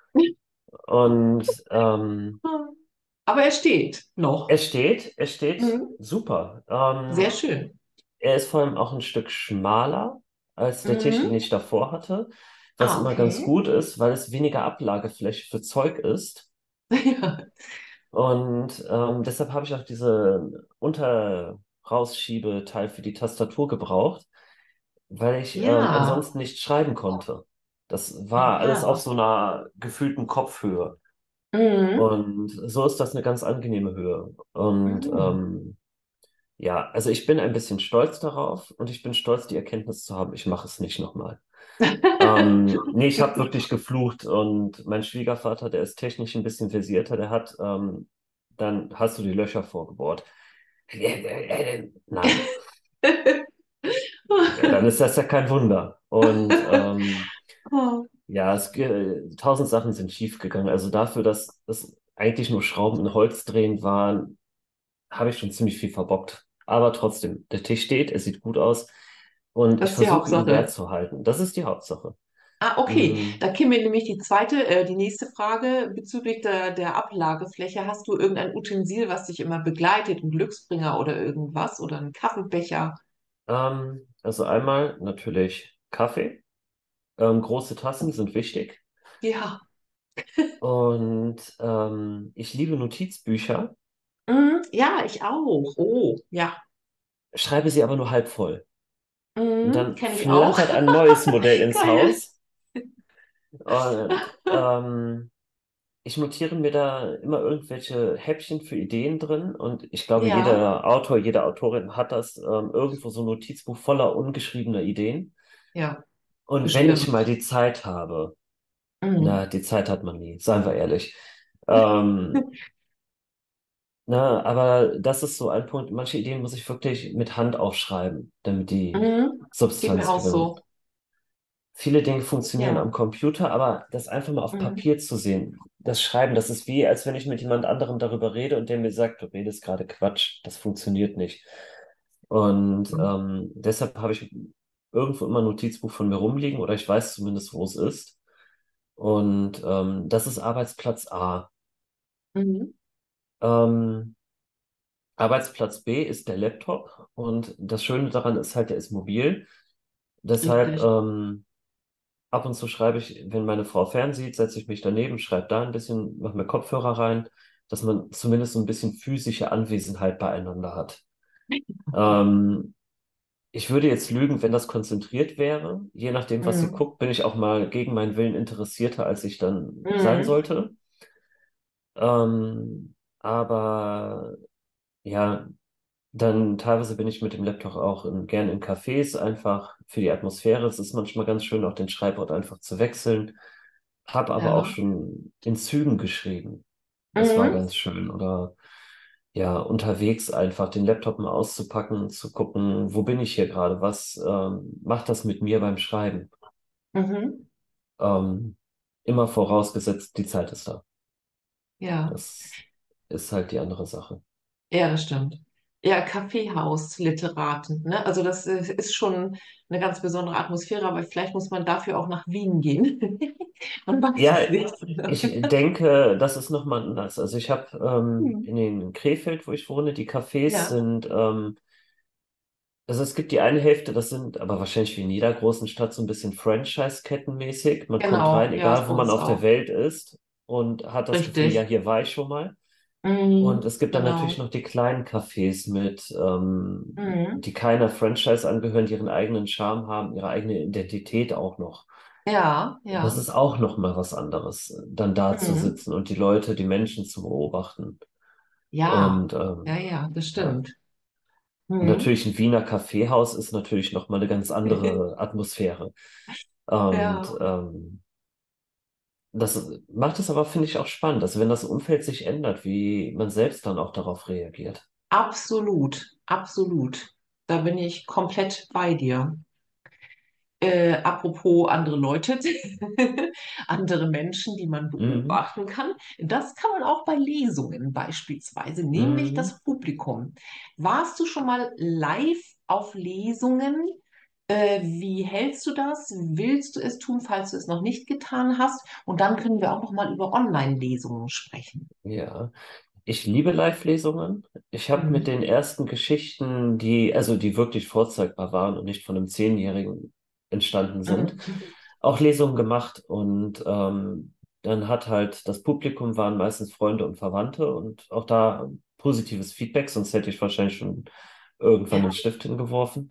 Und ähm,
Aber er steht noch.
er steht, er steht
Mhm.
super.
Sehr
Ähm,
schön.
er ist vor allem auch ein Stück schmaler als der Tisch, den
Mhm.
ich davor hatte, was
Ah,
immer ganz
okay.
gut ist, weil es weniger Ablagefläche für Zeug ist.
Ja.
Und ähm, deshalb habe ich auch diese Unterrausschiebeteil für die Tastatur gebraucht, weil ich ähm,
Ja.
ansonsten nicht schreiben konnte. Das war alles auf
Aha.
so einer gefühlten Kopfhöhe.
Mhm.
Und so ist das eine ganz angenehme Höhe. Und
Mhm.
ähm, ja, also ich bin ein bisschen stolz darauf und ich bin stolz, die Erkenntnis zu haben, ich mache es nicht nochmal. Ähm, nee, ich habe wirklich geflucht und mein Schwiegervater, der ist technisch ein bisschen versierter, der hat, ähm, dann hast du die Löcher vorgebohrt. Äh, äh, äh, Nein, ja, dann ist das ja kein Wunder. Und ähm, ja, es, ge- tausend Sachen sind schiefgegangen. Also dafür, dass es eigentlich nur Schrauben in Holz drehen waren, habe ich schon ziemlich viel verbockt. Aber trotzdem, der Tisch steht, er sieht gut aus und
Das
ich
ist die
versuche ihn Wert
Hauptsache.
zu halten. Das ist die Hauptsache.
Ah, okay.
Mm,
Da käme nämlich die zweite, äh, die nächste Frage bezüglich der, der Ablagefläche. Hast du irgendein Utensil, was dich immer begleitet, ein Glücksbringer oder irgendwas oder ein Kaffeebecher?
ähm, also einmal natürlich Kaffee. Ähm, große Tassen sind wichtig.
Ja.
Und ähm, ich liebe Notizbücher,
Mhm. Ja, ich auch. Oh, ja.
schreibe sie aber nur halb voll. Und
Mhm.
dann
Kenne ich auch.
flattert ein neues Modell ins
Geil.
Haus. Und ähm, ich notiere mir da immer irgendwelche Häppchen für Ideen drin. Und ich glaube,
Ja,
jeder Autor, jede Autorin hat das ähm, irgendwo so ein Notizbuch voller ungeschriebener Ideen.
ja,
Und wenn ich mal
bestimmt.
die Zeit habe, na,
Mhm.
die Zeit hat man nie, seien wir ehrlich. Ähm, Na, aber das ist so ein Punkt. Manche Ideen muss ich wirklich mit Hand aufschreiben, damit die
Mhm. Geht mir
Substanz
auch
gewinnen.
so.
Viele Dinge funktionieren am
Ja.
Computer, aber das einfach mal auf
Mhm.
Papier zu sehen, das Schreiben, das ist wie, als wenn ich mit jemand anderem darüber rede und der mir sagt, du redest gerade Quatsch, das funktioniert nicht. Und ähm, deshalb habe ich irgendwo immer ein Notizbuch von mir rumliegen oder ich weiß zumindest, wo es ist. Und ähm, das ist Arbeitsplatz A.
Mhm.
Ähm, Arbeitsplatz B ist der Laptop und das Schöne daran ist halt, der ist mobil. Deshalb
Richtig.
ähm, ab und zu schreibe ich, wenn meine Frau fernsieht, setze ich mich daneben, schreibe da ein bisschen, mache mir Kopfhörer rein, dass man zumindest so ein bisschen physische Anwesenheit beieinander hat. Ähm, ich würde jetzt lügen, wenn das konzentriert wäre. Je nachdem, was sie
Mhm.
guckt, bin ich auch mal gegen meinen Willen interessierter, als ich dann sein
Mhm.
sollte. Ähm, aber ja, dann teilweise bin ich mit dem Laptop auch in, gern in Cafés, einfach für die Atmosphäre. Es ist manchmal ganz schön, auch den Schreibort einfach zu wechseln. Hab aber auch
Ja.
schon in Zügen geschrieben. Das war
Mhm.
ganz schön. Oder ja, unterwegs einfach den Laptop mal auszupacken, zu gucken, wo bin ich hier gerade? Was ähm, macht das mit mir beim Schreiben?
Mhm.
Ähm, immer vorausgesetzt, die Zeit ist da.
Ja.
Das ist halt die andere Sache.
Ja, das stimmt. Ja, Kaffeehausliteraten, ne? Also das äh, ist schon eine ganz besondere Atmosphäre, aber vielleicht muss man dafür auch nach Wien gehen. Man weiß
Ja,
es nicht.
ich denke, das ist nochmal anders. Also ich habe ähm,
Hm.
in den Krefeld, wo ich wohne, die Cafés
Ja,
sind, ähm, also es gibt die eine Hälfte, das sind aber wahrscheinlich wie in jeder großen Stadt so ein bisschen Franchise-Kettenmäßig. Man kommt
genau.
rein,
Ja, ist
egal
bei
wo man
uns
auf der
auch.
Welt ist und hat das Gefühl, ja,
Richtig.
hier war ich schon mal. Und
Mhm.
es gibt dann natürlich
Genau.
noch die kleinen Cafés mit, ähm,
Mhm.
die keiner Franchise angehören, die ihren eigenen Charme haben, ihre eigene Identität auch noch.
Ja,
Das
ja.
ist auch noch mal was anderes, dann da zu
Mhm.
sitzen und die Leute, die Menschen zu beobachten.
Ja,
Und
ja,
ähm,
ja, das
ja.
stimmt.
Und
Mhm.
natürlich ein Wiener Kaffeehaus ist natürlich noch mal eine ganz andere Atmosphäre. Und
Ja,
ähm, das macht es aber, finde ich, auch spannend, dass wenn das Umfeld sich ändert, wie man selbst dann auch darauf reagiert.
absolut, absolut. Da bin ich komplett bei dir. Äh, apropos andere Leute, andere Menschen, die man
Mhm.
beobachten kann. Das kann man auch bei Lesungen beispielsweise, nämlich
Mhm.
das Publikum. Warst du schon mal live auf Lesungen? Äh, wie hältst du das? Willst du es tun, falls du es noch nicht getan hast? Und dann können wir auch noch mal über Online-Lesungen sprechen.
Ja. Ich liebe Live-Lesungen. Ich habe mit
Mhm.
den ersten Geschichten, die, also die wirklich vorzeigbar waren und nicht von einem Zehnjährigen entstanden sind,
Mhm.
auch Lesungen gemacht. Und ähm, dann hat halt das Publikum waren meistens Freunde und Verwandte und auch da positives Feedback, sonst hätte ich wahrscheinlich schon irgendwann
Ja.
den Stift hingeworfen.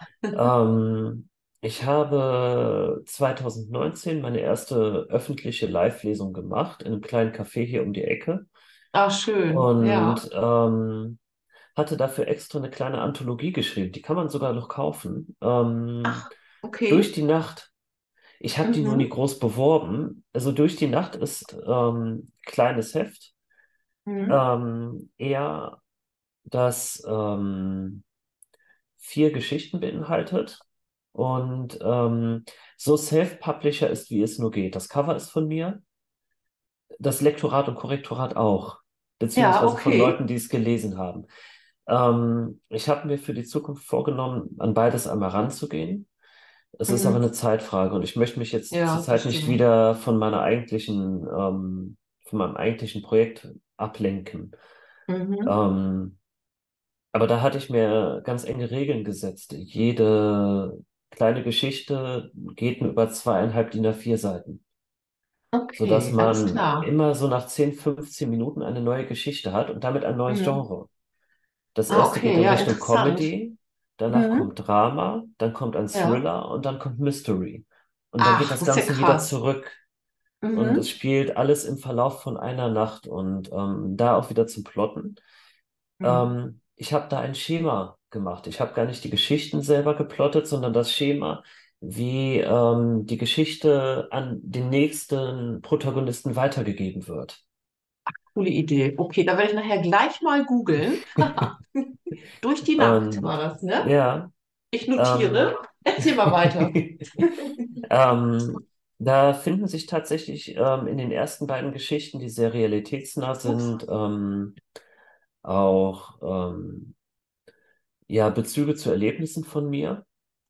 Ähm, ich habe zwanzig neunzehn meine erste öffentliche Live-Lesung gemacht in einem kleinen Café hier um die Ecke.
Ah, schön. Ja.
Und ähm, hatte dafür extra eine kleine Anthologie geschrieben. Die kann man sogar noch kaufen. Ähm,
Ach,
Durch
okay.
die Nacht. Ich habe die nur nie
Mhm.
groß beworben. Also Durch die Nacht ist ähm, kleines Heft.
Mhm.
Ähm, eher, das ähm, vier Geschichten beinhaltet. Und ähm, so Self-Publisher ist, wie es nur geht. Das Cover ist von mir, das Lektorat und Korrektorat auch,
Ja,
beziehungsweise von
okay.
Leuten, die es gelesen haben. Ähm, ich habe mir für die Zukunft vorgenommen, an beides einmal ranzugehen. Es ist aber
Mhm.
eine Zeitfrage und ich möchte mich jetzt
Ja, das
zurzeit nicht
stimmt.
wieder von meiner eigentlichen, ähm, von meinem eigentlichen Projekt ablenken.
Mhm.
Ähm, aber da hatte ich mir ganz enge Regeln gesetzt. Jede kleine Geschichte geht nur über zweieinhalb D I N A vier Seiten, sodass
Okay, alles
man
klar.
immer so nach zehn, fünfzehn Minuten eine neue Geschichte hat und damit ein neues
Mhm.
Genre. Das
Ah,
erste geht
okay,
in
ja,
Richtung
interessant.
Comedy, danach
Mhm.
kommt Drama, dann kommt ein
Ja.
Thriller und dann kommt Mystery. Und dann geht
Ach,
das
das ist ja
Ganze wieder
krass.
zurück. Und es
Mhm.
spielt alles im Verlauf von einer Nacht. Und ähm, da auch wieder zum Plotten.
Mhm.
Ähm, ich habe da ein Schema gemacht. Ich habe gar nicht die Geschichten selber geplottet, sondern das Schema, wie ähm, die Geschichte an den nächsten Protagonisten weitergegeben wird.
Coole Idee. Okay, da werde ich nachher gleich mal googeln. Durch die Nacht war
Und
das, ne?
ja,
Ich
ähm,
notiere. Erzähl mal weiter.
Ähm, da finden sich tatsächlich ähm, in den ersten beiden Geschichten, die sehr realitätsnah
Ups.
sind, ähm, auch ähm, ja, Bezüge zu Erlebnissen von mir.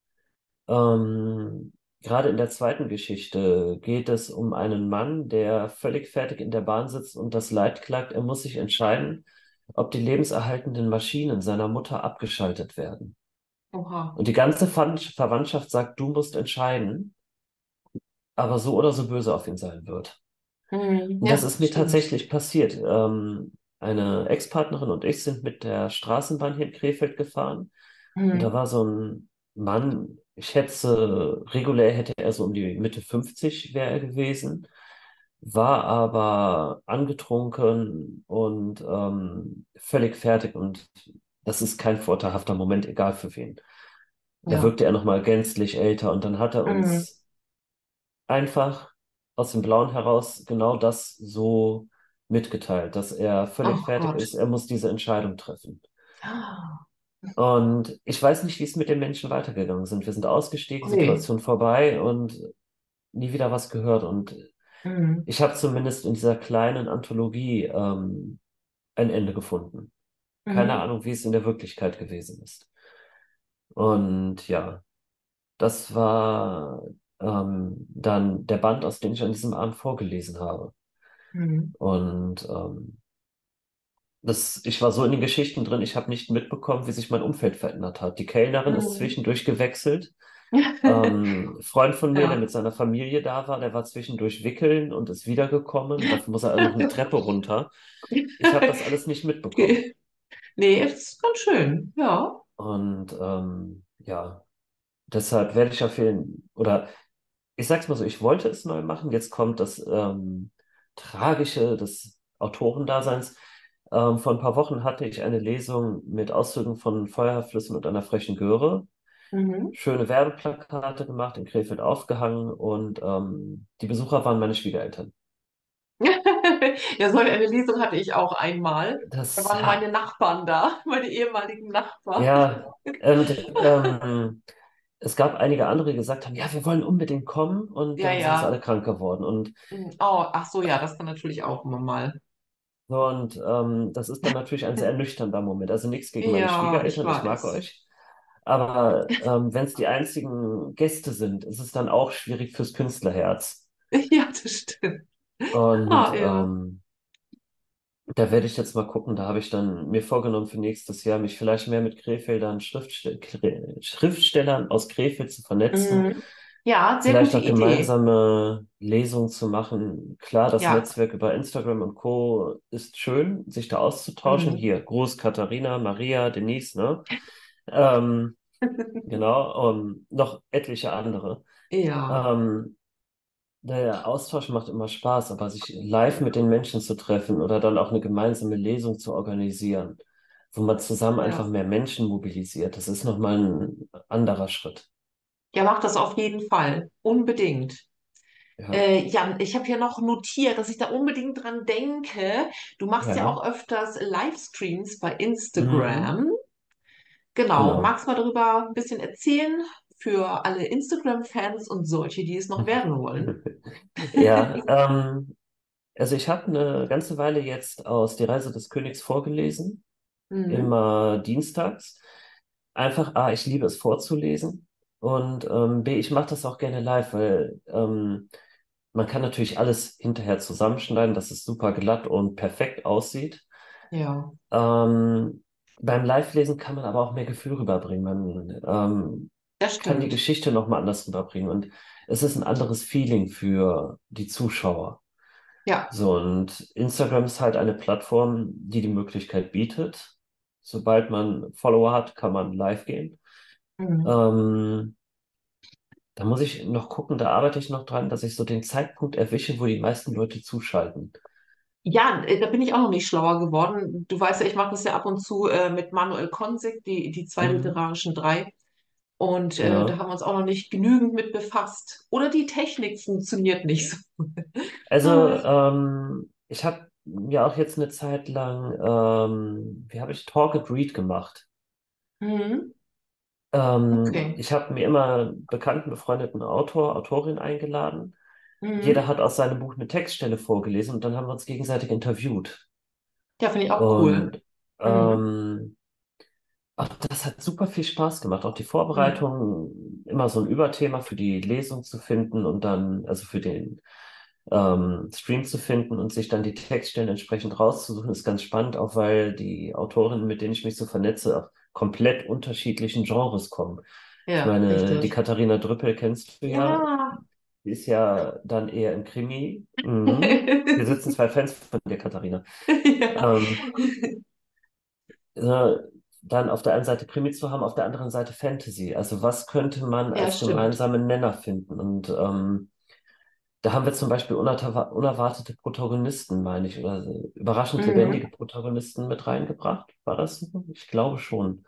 Ähm, Gerade in der zweiten Geschichte geht es um einen Mann, der völlig fertig in der Bahn sitzt und das Leid klagt. Er muss sich entscheiden, ob die lebenserhaltenden Maschinen seiner Mutter abgeschaltet werden.
Oha.
Und die ganze Ver Verwandtschaft sagt, du musst entscheiden, aber so oder so böse auf ihn sein wird.
Mhm.
Und das
Ja,
ist mir
stimmt.
tatsächlich passiert. Ähm, eine Ex-Partnerin und ich sind mit der Straßenbahn hier in Krefeld gefahren. Und da
Mhm.
war so ein Mann, ich schätze, regulär hätte er so um die Mitte fünfzig wäre er gewesen, war aber angetrunken und ähm, völlig fertig und das ist kein vorteilhafter Moment, egal für wen. Da
Ja.
wirkte er nochmal gänzlich älter und dann hat er
Mhm.
uns einfach aus dem Blauen heraus genau das so mitgeteilt, dass er völlig
Oh
fertig
Gott.
ist, er muss diese Entscheidung treffen. Und ich weiß nicht, wie es mit den Menschen weitergegangen sind. Wir sind ausgestiegen,
Nee.
Situation vorbei und nie wieder was gehört. Und
Mhm.
ich habe zumindest in dieser kleinen Anthologie ähm, ein Ende gefunden. Keine
Mhm.
Ahnung, wie es in der Wirklichkeit gewesen ist. Und ja, das war ähm, dann der Band, aus dem ich an diesem Abend vorgelesen habe.
Mhm.
Und ähm, das, ich war so in den Geschichten drin, ich habe nicht mitbekommen, wie sich mein Umfeld verändert hat. Die Kellnerin ist
Mhm.
zwischendurch gewechselt. Ähm, ein Freund von mir, der
Ja.
mit seiner Familie da war, der war zwischendurch wickeln und ist wiedergekommen. Dafür muss er noch eine Treppe runter. Ich habe das alles nicht mitbekommen.
Okay. Nee, es ist ganz schön. Ja.
Und ähm, ja, deshalb werde ich auf jeden, oder ich sag's mal so, ich wollte es neu machen. Jetzt kommt das ähm, Tragische des Autorendaseins. Ähm, vor ein paar Wochen hatte ich eine Lesung mit Auszügen von Feuerflüssen und einer frechen Göre.
Mhm.
Schöne Werbeplakate gemacht, in Krefeld aufgehangen und ähm, die Besucher waren meine Schwiegereltern.
Ja, solch eine Lesung hatte ich auch einmal. Da
Das,
waren meine Nachbarn da, meine ehemaligen Nachbarn.
ja, und ähm, es gab einige andere, die gesagt haben, ja, wir wollen unbedingt kommen und
Ja,
dann sind sie alle
ja.
krank geworden. Und
Mhm. Oh, ach so, ja, das kann natürlich auch immer mal.
So, und ähm, das ist dann natürlich ein sehr ernüchternder Moment. Also nichts gegen meine
Ja, ich
Schwiegereltern, ich mag
weiß.
euch. Aber ähm, wenn es die einzigen Gäste sind, ist es dann auch schwierig fürs Künstlerherz.
Ja, das stimmt.
Und
Ah, ja.
ähm, da werde ich jetzt mal gucken. Da habe ich dann mir vorgenommen für nächstes Jahr, mich vielleicht mehr mit Krefeldern, Schriftstell Krä- Schriftstellern aus Krefeld zu vernetzen.
Mhm. Ja, sehr
Vielleicht
gute
auch
Idee.
gemeinsame Lesungen zu machen. Klar, das
Ja.
Netzwerk über Instagram und Co. ist schön, sich da auszutauschen.
Mhm.
Hier, Gruß Katharina, Maria, Denise, ne? Ähm, genau, und noch etliche andere.
Ja,
Ähm, der Austausch macht immer Spaß, aber sich live mit den Menschen zu treffen oder dann auch eine gemeinsame Lesung zu organisieren, wo man zusammen einfach
ja.
mehr Menschen mobilisiert, das ist nochmal ein anderer Schritt.
Ja, mach das auf jeden Fall. Unbedingt.
Ja,
Äh, Jan, ich habe hier noch notiert, dass ich da unbedingt dran denke. Du machst ja auch
ja,
öfters Livestreams bei
mhm,
Instagram. Genau.
genau.
Magst du mal darüber ein bisschen erzählen für alle Instagram-Fans und solche, die es noch werden wollen?
Ja, ähm, also ich habe eine ganze Weile jetzt aus Die Reise des Königs vorgelesen,
Mhm.
immer dienstags. Einfach, A, ich liebe es vorzulesen und ähm, B, ich mache das auch gerne live, weil ähm, man kann natürlich alles hinterher zusammenschneiden, dass es super glatt und perfekt aussieht.
Ja,
Ähm, beim Live-Lesen kann man aber auch mehr Gefühl rüberbringen. Man ähm,
das
kann die
stimmt.
Geschichte nochmal anders rüberbringen und es ist ein anderes Feeling für die Zuschauer.
Ja.
So, und Instagram ist halt eine Plattform, die die Möglichkeit bietet. Sobald man Follower hat, kann man live gehen.
Mhm.
Ähm, da muss ich noch gucken, da arbeite ich noch dran, dass ich so den Zeitpunkt erwische, wo die meisten Leute zuschalten.
Ja, äh, da bin ich auch noch nicht schlauer geworden. Du weißt ja, ich mache das ja ab und zu äh, mit Manuel Konsig, die, die zwei
Mhm,
literarischen drei. Und äh, da
genau.
haben wir uns auch noch nicht genügend mit befasst. Oder die Technik funktioniert nicht so.
Also, ähm, ich habe ja auch jetzt eine Zeit lang, ähm, wie habe ich Talk and Read gemacht.
Mhm.
Ähm,
Okay.
ich habe mir immer bekannten, befreundeten Autor, Autorin eingeladen. Jeder
Mhm.
hat aus seinem Buch eine Textstelle vorgelesen und dann haben wir uns gegenseitig interviewt.
Ja, finde ich auch cool.
Und
Mhm.
ähm, ach, das hat super viel Spaß gemacht. Auch die
Mhm.
Vorbereitung, immer so ein Überthema für die Lesung zu finden und dann, also für den ähm, Stream zu finden und sich dann die Textstellen entsprechend rauszusuchen, ist ganz spannend, auch weil die Autorinnen, mit denen ich mich so vernetze, auch komplett unterschiedlichen Genres kommen. Ich
Ja,
meine, die
richtig.
Katharina Drüppel kennst du ja,
Ja.
die ist ja dann eher im Krimi. Mhm. Hier sitzen zwei Fans von dir, Katharina.
Ja.
Ähm, äh, dann auf der einen Seite Krimi zu haben, auf der anderen Seite Fantasy. Also was könnte man
Ja,
als
stimmt.
gemeinsamen Nenner finden? Und ähm, da haben wir zum Beispiel unerta- unerwartete Protagonisten, meine ich, oder so überraschend lebendige
Mhm.
Protagonisten mit reingebracht. War das so? Ich glaube schon.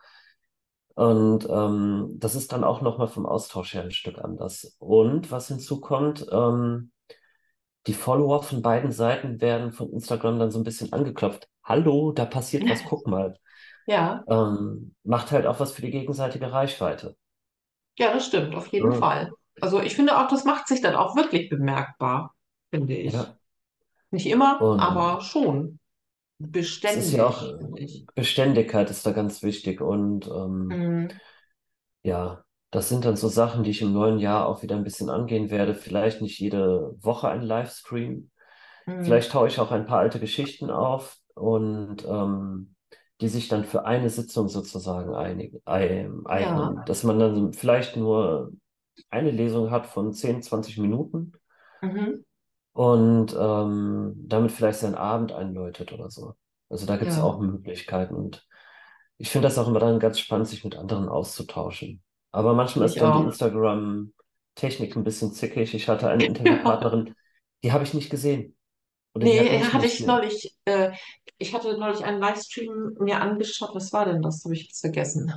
Und ähm, das ist dann auch nochmal vom Austausch her ein Stück anders. Und was hinzukommt, ähm, die Follower von beiden Seiten werden von Instagram dann so ein bisschen angeklopft. Hallo, da passiert was, guck mal.
Ja,
Ähm, macht halt auch was für die gegenseitige Reichweite.
ja, das stimmt, auf jeden
Ja,
Fall. Also ich finde auch, das macht sich dann auch wirklich bemerkbar, finde ich.
ja.
Nicht immer,
Und
aber schon
es ist ja auch,
beständig,
äh,
finde ich.
Beständigkeit ist da ganz wichtig. Und ähm,
Mhm.
ja, das sind dann so Sachen, die ich im neuen Jahr auch wieder ein bisschen angehen werde. Vielleicht nicht jede Woche ein Livestream.
Mhm.
Vielleicht taue ich auch ein paar alte Geschichten auf und ähm, die sich dann für eine Sitzung sozusagen einig, ein,
Ja,
eignen. Dass man dann vielleicht nur eine Lesung hat von zehn, zwanzig Minuten
mhm.
und ähm, damit vielleicht seinen Abend einläutet oder so. Also da gibt es
Ja,
auch Möglichkeiten und ich finde das auch immer dann ganz spannend, sich mit anderen auszutauschen. Aber manchmal
finde ich
ist dann die
auch.
Instagram-Technik ein bisschen zickig. Ich hatte eine
Ja.
Interviewpartnerin, die habe ich nicht gesehen oder die hat
Nee,
mich
hatte
nicht
ich
mehr.
neulich, äh, ich hatte neulich einen Livestream mir angeschaut. Was war denn das? Habe ich jetzt vergessen.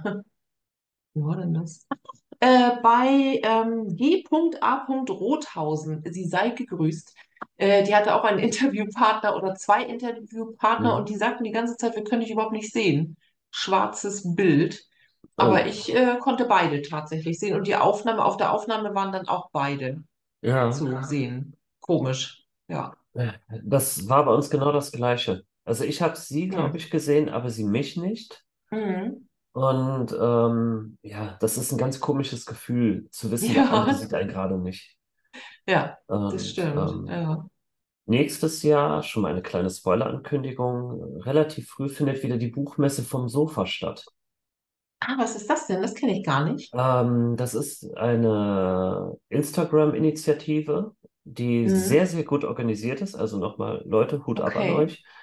Wo war denn das? Äh, bei ähm, G A. Rothausen. Sie sei gegrüßt. Äh, die hatte auch einen Interviewpartner oder zwei Interviewpartner und
Hm.
die sagten die ganze Zeit, wir können dich überhaupt nicht sehen. Schwarzes Bild. Aber
Oh,
ich äh, konnte beide tatsächlich sehen und die Aufnahme, auf der Aufnahme waren dann auch beide
ja.
zu sehen. Komisch. Ja.
Das war bei uns genau das Gleiche. Also ich habe sie, glaube
Hm.
ich, gesehen, aber sie mich nicht.
Mhm.
Und ähm, ja, das ist ein ganz komisches Gefühl, zu wissen, der andere
Ja,
sieht einen gerade nicht.
ja, das
Und
stimmt.
ähm,
Ja.
nächstes Jahr, schon mal eine kleine Spoiler-Ankündigung, relativ früh findet wieder die Buchmesse vom Sofa statt.
Ah, was ist das denn? Das kenne ich gar nicht.
Ähm, das ist eine Instagram-Initiative, die
Mhm.
sehr, sehr gut organisiert ist. Also nochmal, Leute, Hut ab an
Okay.
euch.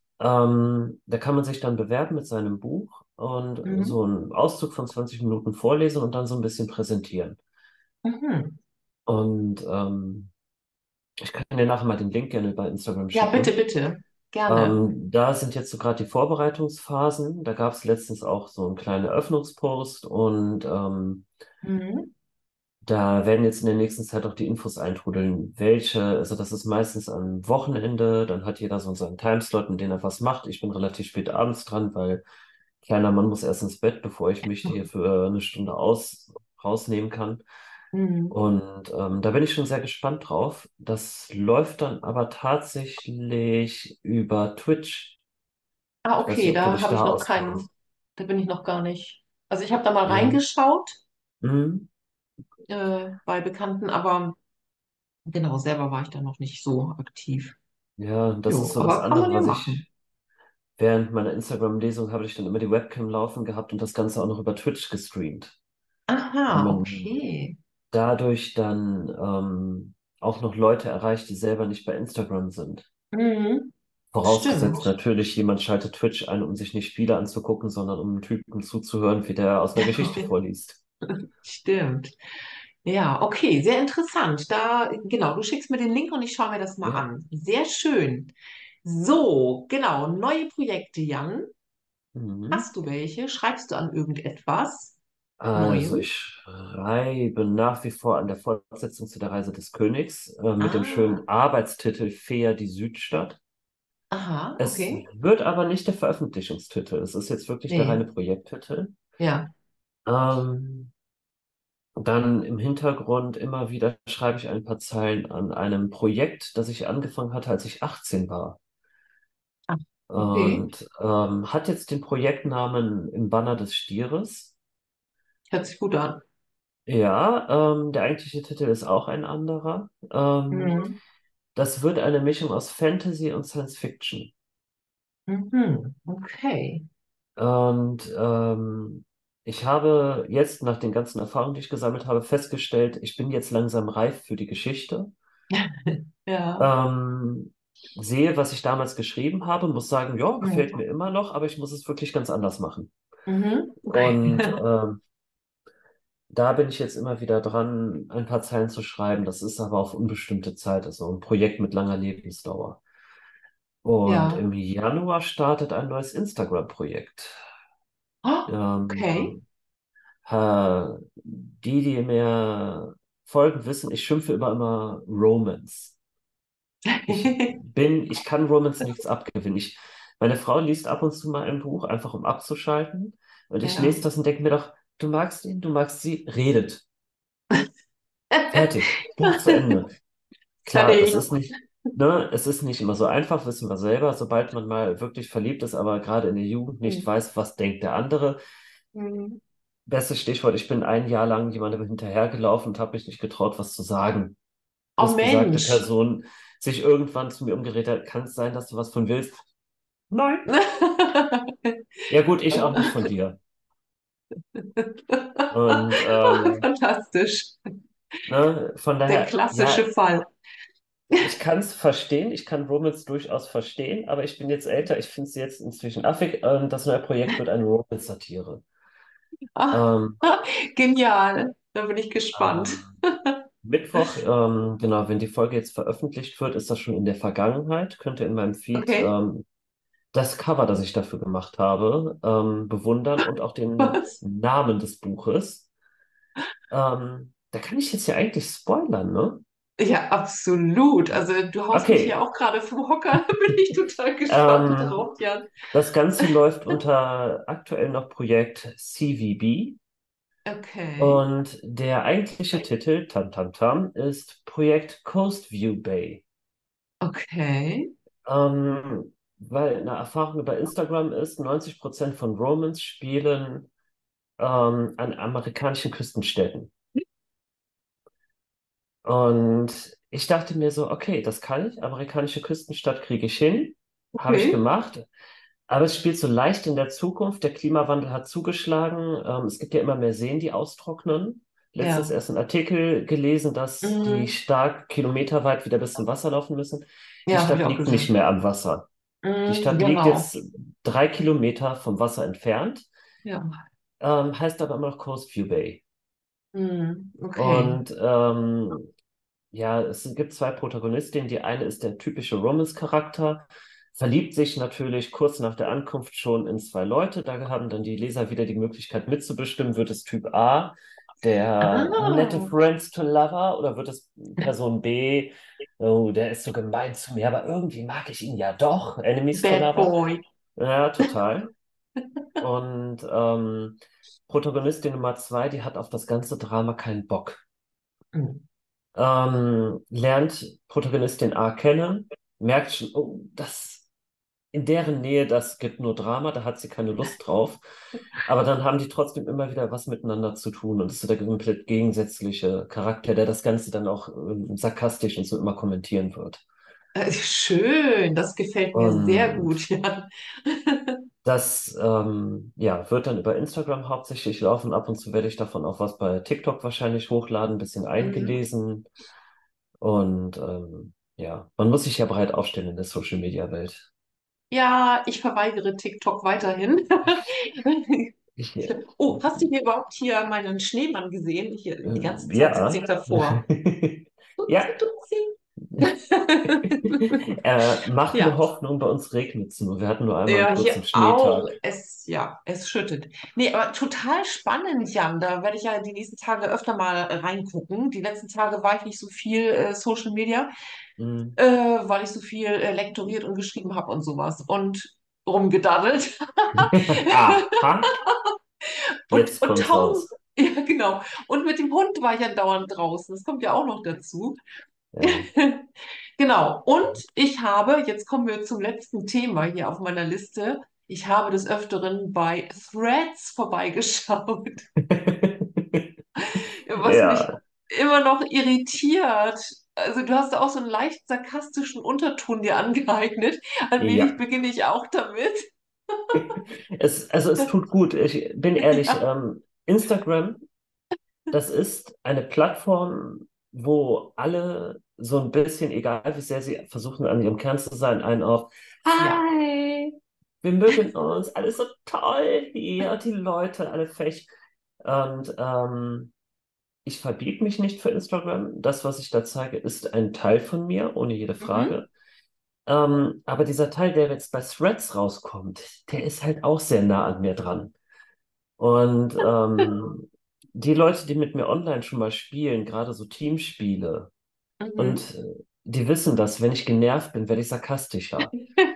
Ähm, da kann man sich dann bewerben mit seinem Buch und
Mhm.
so einen Auszug von zwanzig Minuten vorlesen und dann so ein bisschen präsentieren.
Mhm.
Und ähm, ich kann dir nachher mal den Link gerne bei Instagram
Ja, bitte,
schicken.
bitte. Gerne.
Ähm, da sind jetzt so gerade die Vorbereitungsphasen. Da gab es letztens auch so einen kleinen Eröffnungspost und ähm,
Mhm.
da werden jetzt in der nächsten Zeit auch die Infos eintrudeln, welche, also das ist meistens am Wochenende, dann hat jeder so seinen Timeslot, in dem er was macht. Ich bin relativ spät abends dran, weil kleiner Mann muss erst ins Bett, bevor ich mich hier für eine Stunde aus, rausnehmen kann.
Mhm.
Und ähm, da bin ich schon sehr gespannt drauf. Das läuft dann aber tatsächlich über Twitch.
Ah,
Ich weiß nicht,
okay,
ob du
da
dich
habe ich
da
noch keinen,
auskennst.
da bin ich noch gar nicht. Also ich habe da mal
Ja.
reingeschaut
Mhm.
äh, bei Bekannten, aber genau, selber war ich da noch nicht so aktiv.
Ja, das ist
Jo,
so das
aber kann man
andere,
ja
was
machen.
ich während meiner Instagram-Lesung habe ich dann immer die Webcam laufen gehabt und das Ganze auch noch über Twitch gestreamt. Weil
Aha,
man
okay.
dadurch dann ähm, auch noch Leute erreicht, die selber nicht bei Instagram sind.
Mhm.
Vorausgesetzt
Stimmt.
natürlich, jemand schaltet Twitch ein, um sich nicht Spiele anzugucken, sondern um einem Typen zuzuhören, wie der aus einer Geschichte vorliest.
Stimmt. Ja, okay, sehr interessant. Da, genau, du schickst mir den Link und ich schaue mir das mal
Ja.
an. Sehr schön. So, genau, neue Projekte, Jan.
Mhm.
Hast du welche? Schreibst du an irgendetwas
Also
Neuem?
ich schreibe nach wie vor an der Fortsetzung zu der Reise des Königs äh, mit dem
Ah,
schönen Arbeitstitel Fea die Südstadt.
aha,
Es
okay.
wird aber nicht der Veröffentlichungstitel. Es ist jetzt wirklich der reine
Nee,
Projekttitel.
ja.
Ähm, Dann im Hintergrund immer wieder schreibe ich ein paar Zeilen an einem Projekt, das ich angefangen hatte, als ich achtzehn war.
Ah, okay.
Und ähm, hat jetzt den Projektnamen Im Banner des Stieres.
Hört sich gut an.
Ja, ähm, der eigentliche Titel ist auch ein anderer. Ähm,
Mhm.
das wird eine Mischung aus Fantasy und Science Fiction.
Mhm. Okay.
Und ähm, ich habe jetzt nach den ganzen Erfahrungen, die ich gesammelt habe, festgestellt, ich bin jetzt langsam reif für die Geschichte.
Ja.
Ähm, sehe, was ich damals geschrieben habe, muss sagen, ja, gefällt
Mhm.
mir immer noch, aber ich muss es wirklich ganz anders machen.
Mhm. Okay.
Und ähm, da bin ich jetzt immer wieder dran, ein paar Zeilen zu schreiben. Das ist aber auf unbestimmte Zeit, also ein Projekt mit langer Lebensdauer. Und
Ja.
im Januar startet ein neues Instagram-Projekt.
Oh, okay.
Ähm, äh, die, die mir folgen, wissen, ich schimpfe immer immer Romance. Ich bin, ich kann Romance nichts abgewinnen. Ich, meine Frau liest ab und zu mal ein Buch, einfach um abzuschalten. Und ich
Ja.
lese das und denke mir doch, du magst ihn, du magst sie, redet. Fertig. Buch zu Ende.
Kann
Klar, es
ich.
ist nicht, ne, es ist nicht immer so einfach, wissen wir selber, sobald man mal wirklich verliebt ist, aber gerade in der Jugend nicht weiß, was denkt der andere.
Mhm.
Bestes Stichwort, ich bin ein Jahr lang jemandem hinterhergelaufen und habe mich nicht getraut, was zu sagen.
Oh
Bis besagte
Mensch.
Person sich irgendwann zu mir umgedreht hat, kann es sein, dass du was von willst? Nein. Ja gut, ich auch nicht von dir. Und ähm,
Fantastisch.
ne, von
Der
daher,
klassische
ja,
Fall.
ich kann es verstehen, ich kann Romance durchaus verstehen, aber ich bin jetzt älter, ich finde es jetzt inzwischen affig. Ähm, das neue Projekt wird eine Romance-Satire.
Ah,
Ähm,
genial. Da bin ich gespannt.
am Mittwoch, ähm, genau, wenn die Folge jetzt veröffentlicht wird, ist das schon in der Vergangenheit, könnt ihr in meinem Feed
Okay.
ähm, das Cover, das ich dafür gemacht habe, ähm, bewundern und auch den
Was?
Namen des Buches. Ähm, da kann ich jetzt ja eigentlich spoilern, ne?
Ja, absolut. Also du haust mich hier
Okay,
auch gerade vom Hocker. Da bin ich total gespannt
ähm,
drauf, Jan.
das Ganze läuft unter aktuell noch Projekt C V B
Okay.
und der eigentliche Titel, Tam Tam Tam, ist Projekt Coastview Bay.
Okay.
Ähm, weil eine Erfahrung über Instagram ist, neunzig Prozent von Romans spielen ähm, an amerikanischen Küstenstädten. Und ich dachte mir so, okay, das kann ich, amerikanische Küstenstadt kriege ich hin, habe ich
Okay.
gemacht. Aber es spielt so leicht in der Zukunft. Der Klimawandel hat zugeschlagen. Ähm, es gibt ja immer mehr Seen, die austrocknen. Letztens
Ja.
erst einen Artikel gelesen, dass die
Mhm.
stark kilometerweit wieder bis zum Wasser laufen müssen. Die
Ja, habe ich
Stadt
auch
liegt nicht
gesehen.
mehr am Wasser. Die
Mhm,
Stadt liegt
genau.
jetzt drei Kilometer vom Wasser entfernt,
Ja.
ähm, heißt aber immer noch Coastview Bay.
Mhm. Okay.
Und ähm, ja, es gibt zwei Protagonistinnen. Die eine ist der typische Romance-Charakter, verliebt sich natürlich kurz nach der Ankunft schon in zwei Leute. Da haben dann die Leser wieder die Möglichkeit mitzubestimmen, wird es Typ A, der nette
Ah,
Friends to Lover, oder wird es Person B, oh, der ist so gemein zu mir, aber irgendwie mag ich ihn ja doch, Enemies to
Bad
Lover.
Boy.
Ja, total. Und ähm, Protagonistin Nummer zwei, die hat auf das ganze Drama keinen Bock.
Mhm.
Ähm, lernt Protagonistin A kennen, merkt schon, oh, das in deren Nähe, das gibt nur Drama, da hat sie keine Lust drauf. Aber dann haben die trotzdem immer wieder was miteinander zu tun und das ist so der komplett gegensätzliche Charakter, der das Ganze dann auch ähm, sarkastisch und so immer kommentieren wird.
Äh, Schön, das gefällt mir sehr
Und
gut, Jan.
das ähm, ja, wird dann über Instagram hauptsächlich laufen. Ab und zu werde ich davon auch was bei TikTok wahrscheinlich hochladen, ein bisschen
Mhm.
eingelesen. Und ähm, ja, man muss sich ja breit aufstellen in der Social Media Welt.
Ja, ich verweigere TikTok weiterhin.
Ich, äh,
Oh, hast du hier überhaupt hier meinen Schneemann gesehen? Hier, die ganze Zeit sitze
ja.
ich davor. Dutzi,
Ja.
dutzi.
Äh, mach mir
Ja,
Hoffnung, bei uns regnet es nur. Wir hatten nur einmal einen
ja, hier
kurzen
auch.
Schneetag.
Es, ja, es schüttet. Nee, aber total spannend, Jan. Da werde ich ja die nächsten Tage öfter mal reingucken. Die letzten Tage war ich nicht so viel äh, Social Media,
Hm.
äh, weil ich so viel äh, lektoriert und geschrieben habe und sowas und rumgedaddelt.
Aha,
Und,
jetzt
und
kommt's
tausend,
raus.
ja, genau. Und mit dem Hund war ich ja dauernd draußen. Das kommt ja auch noch dazu.
Ja.
Genau. Und ich habe, jetzt kommen wir zum letzten Thema hier auf meiner Liste. Ich habe des Öfteren bei Threads vorbeigeschaut, was mich
Ja,
immer noch irritiert. Also du hast da auch so einen leicht sarkastischen Unterton dir angeeignet. Allmählich
ja.
beginne ich auch damit.
Es, also es tut gut. Ich bin ehrlich,
Ja,
ähm, Instagram, das ist eine Plattform, wo alle so ein bisschen, egal wie sehr sie versuchen, an ihrem Kern zu sein, einen auf
ja,
Hi. wir mögen uns, alles so toll hier, die Leute, alle frech. Und ähm, ich verbiege mich nicht für Instagram. Das, was ich da zeige, ist ein Teil von mir, ohne jede
Mhm.
Frage. Ähm, aber dieser Teil, der jetzt bei Threads rauskommt, der ist halt auch sehr nah an mir dran. Und ähm, die Leute, die mit mir online schon mal spielen, gerade so Teamspiele,
Mhm.
und äh, die wissen das, wenn ich genervt bin, werde ich sarkastischer.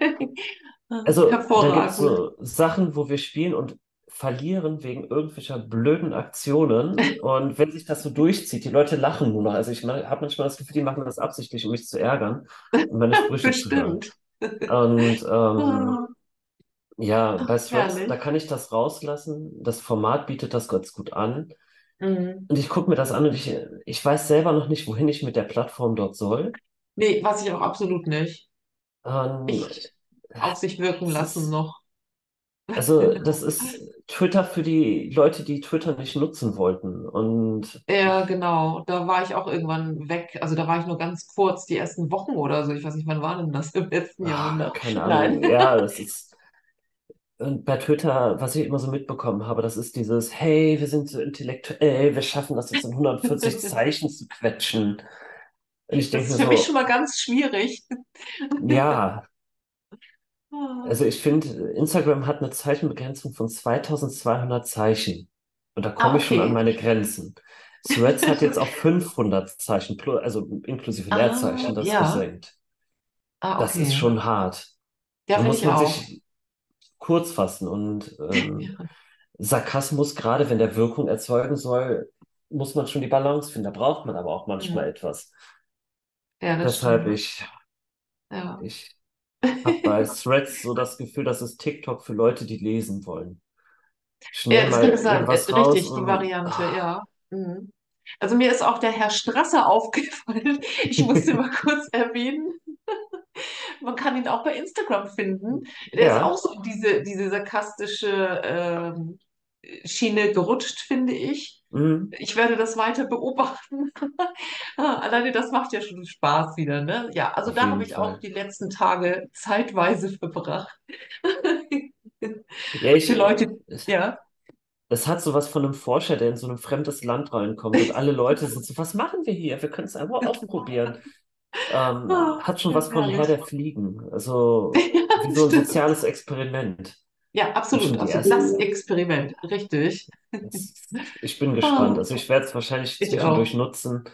Also, da gibt es
Hervorragend.
so Sachen, wo wir spielen und verlieren wegen irgendwelcher blöden Aktionen. Und wenn sich das so durchzieht, die Leute lachen nur noch. Also, ich habe manchmal das Gefühl, die machen das absichtlich, um mich zu ärgern und meine Sprüche zu hören.
Bestimmt.
Und ähm,
Ah,
ja, bei Threads, da
herrlich.
kann ich das rauslassen. Das Format bietet das ganz gut an.
Mhm.
Und ich gucke mir das an und ich, ich weiß selber noch nicht, wohin ich mit der Plattform dort soll.
Nee, was ich auch absolut nicht.
Ähm,
Nicht auf sich wirken
es
lassen
ist,
noch.
also, das ist Twitter für die Leute, die Twitter nicht nutzen wollten. Und
Ja,
ich,
genau. Da war ich auch irgendwann weg. Also da war ich nur ganz kurz, die ersten Wochen oder so. Ich weiß nicht, wann war denn das im letzten
ach,
Jahrhundert?
keine
Nein.
Ahnung, ja, das ist. Und bei Twitter, was ich immer so mitbekommen habe, das ist dieses, hey, wir sind so intellektuell, wir schaffen das jetzt in hundertvierzig Zeichen zu quetschen. Und ich
Das
denke
ist
mir
für mich schon
so,
mal ganz schwierig.
ja,
Ah,
also ich finde, Instagram hat eine Zeichenbegrenzung von zweitausendzweihundert Zeichen. Und da
Ah,
komme ich schon an
okay.
meine Grenzen. Threads hat jetzt auf fünfhundert Zeichen, plus, also inklusive
Ah,
Leerzeichen, das
ja.
gesenkt.
Ah,
Das ist
okay.
schon hart.
Ja,
Da
finde
muss
ich
man
auch.
sich kurz fassen und ähm,
Ja.
Sarkasmus, gerade wenn der Wirkung erzeugen soll, muss man schon die Balance finden. Da braucht man aber auch manchmal
Mhm.
etwas.
Ja, das
Deshalb,
stimmt.
ich,
Ja.
ich habe bei Threads so das Gefühl, das ist TikTok für Leute, die lesen wollen.
Ja,
Schnell
das kann
mal
sein. Äh,
irgendwas raus
Richtig, die
und
Variante,
ah,
ja. Mhm. Also mir ist auch der Herr Strasser aufgefallen. Ich musste mal kurz erwähnen, man kann ihn auch bei Instagram finden. Der ist auch
ja,
so in diese, diese sarkastische ähm, Schiene gerutscht, finde ich.
mm,
Ich werde das weiter beobachten. Ah, alleine das macht ja schon Spaß wieder, ne? Ja, also
auf
da habe
jeden
ich auch
Fall.
die letzten Tage zeitweise verbracht.
Ja,
Für
ich,
Leute,
es,
ja.
es hat sowas von einem Forscher, der in so ein fremdes Land reinkommt und alle Leute sind so, was machen wir hier? Wir können es einfach ausprobieren. Ähm,
Ah,
hat schon
ja,
was von Herr
herrlich.
der Fliegen. Also
Ja,
wie so ein
stimmt.
soziales Experiment.
Ja,
Und schon
absolut.
die
Also das
ersten.
Experiment, richtig.
Das, ich bin gespannt.
Ah,
Also ich werde es wahrscheinlich
ich
zwischendurch
auch.
nutzen,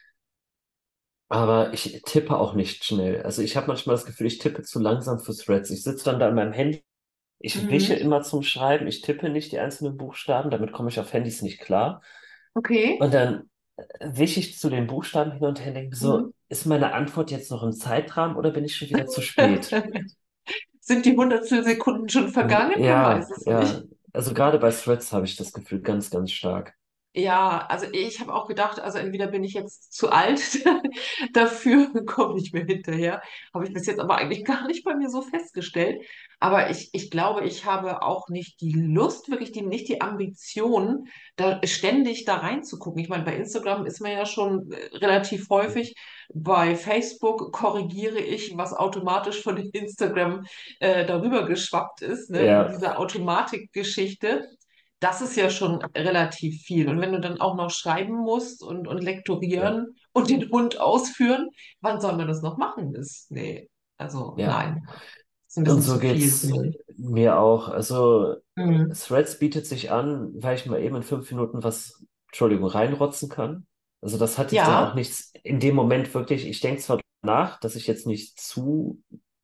aber ich tippe auch nicht schnell. Also ich habe manchmal das Gefühl, ich tippe zu langsam für Threads. Ich sitze dann da an meinem Handy, ich wische
Mhm.
immer zum Schreiben, ich tippe nicht die einzelnen Buchstaben, damit komme ich auf Handys nicht klar.
Okay.
Und dann wische ich zu den Buchstaben hin und her und denke mir so,
Mhm.
ist meine Antwort jetzt noch im Zeitrahmen oder bin ich schon wieder zu spät?
Sind die Hundertstel Sekunden schon vergangen? Man
Ja,
weiß es
ja.
nicht.
Also gerade bei Threads habe ich das Gefühl ganz, ganz stark.
Ja, also ich habe auch gedacht, also entweder bin ich jetzt zu alt dafür, komme nicht mehr hinterher. Habe ich bis jetzt aber eigentlich gar nicht bei mir so festgestellt. Aber ich, ich glaube, ich habe auch nicht die Lust, wirklich die, nicht die Ambition, da ständig da reinzugucken. Ich meine, bei Instagram ist man ja schon äh, relativ häufig. Bei Facebook korrigiere ich, was automatisch von Instagram äh, darüber geschwappt ist, ne, in
Ja,
dieser Automatikgeschichte. Das ist ja schon relativ viel. Und wenn du dann auch noch schreiben musst und, und
ja,
lektorieren und den Hund ausführen, wann soll man das noch machen? Das, nee, also
ja.
nein, ist ein
Und
bisschen
so
zu viel für
geht's
mich.
mir auch. Also
Mhm.
Threads bietet sich an, weil ich mal eben in fünf Minuten was, Entschuldigung, reinrotzen kann. Also das hat jetzt dann auch
Ja,
nichts in dem Moment wirklich. Ich denke zwar nach, dass ich jetzt nicht zu,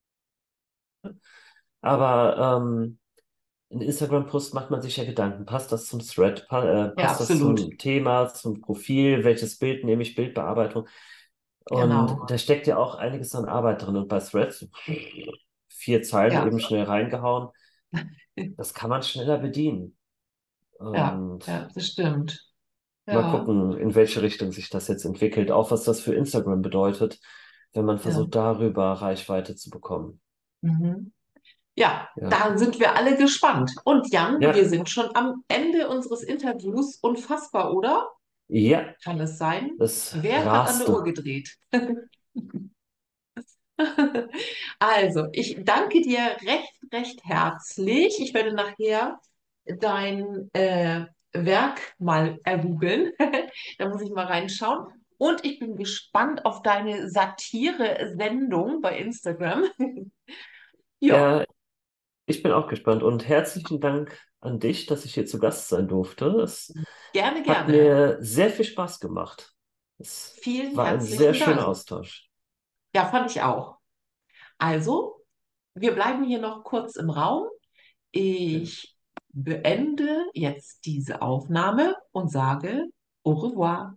aber ähm, in Instagram-Post macht man sich ja Gedanken. Passt das zum Thread? Pa äh,
ja,
passt das
absolut.
zum Thema, zum Profil? Welches Bild nehme ich? Bildbearbeitung? Und
Genau.
da steckt ja auch einiges an Arbeit drin. Und bei Threads vier Zeilen
Ja,
eben schnell reingehauen. Das kann man schneller bedienen.
ja,
Und
ja, das stimmt.
mal
Ja,
gucken, in welche Richtung sich das jetzt entwickelt. Auch was das für Instagram bedeutet, wenn man
ja.
versucht, darüber Reichweite zu bekommen.
Mhm. Ja,
Ja.
dann sind wir alle gespannt. Und Jan, wir
Ja,
sind schon am Ende unseres Interviews. Unfassbar, oder?
ja,
Kann es sein?
das
Wer hat an der Uhr
raste.
gedreht? Also, ich danke dir recht recht herzlich. Ich werde nachher dein äh, Werk mal ergoogeln. Da muss ich mal reinschauen. Und ich bin gespannt auf deine Satire-Sendung bei Instagram. Ja,
Ja, ich bin auch gespannt und herzlichen Dank an dich, dass ich hier zu Gast sein durfte. Es
gerne,
hat
gerne.
mir sehr viel Spaß gemacht. Es
Vielen
war ein sehr
herzlichen
schöner
Dank.
Austausch.
Ja, fand ich auch. Also, wir bleiben hier noch kurz im Raum. Ich beende jetzt diese Aufnahme und sage au revoir.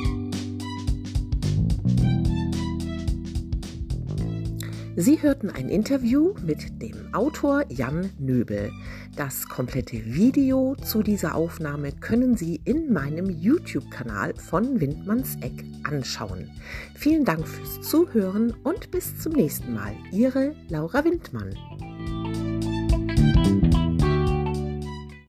Sie hörten ein Interview mit dem Autor Jan Nöbel. Das komplette Video zu dieser Aufnahme können Sie in meinem YouTube-Kanal von Windmanns Eck anschauen. Vielen Dank fürs Zuhören und bis zum nächsten Mal. Ihre Laura Windmann.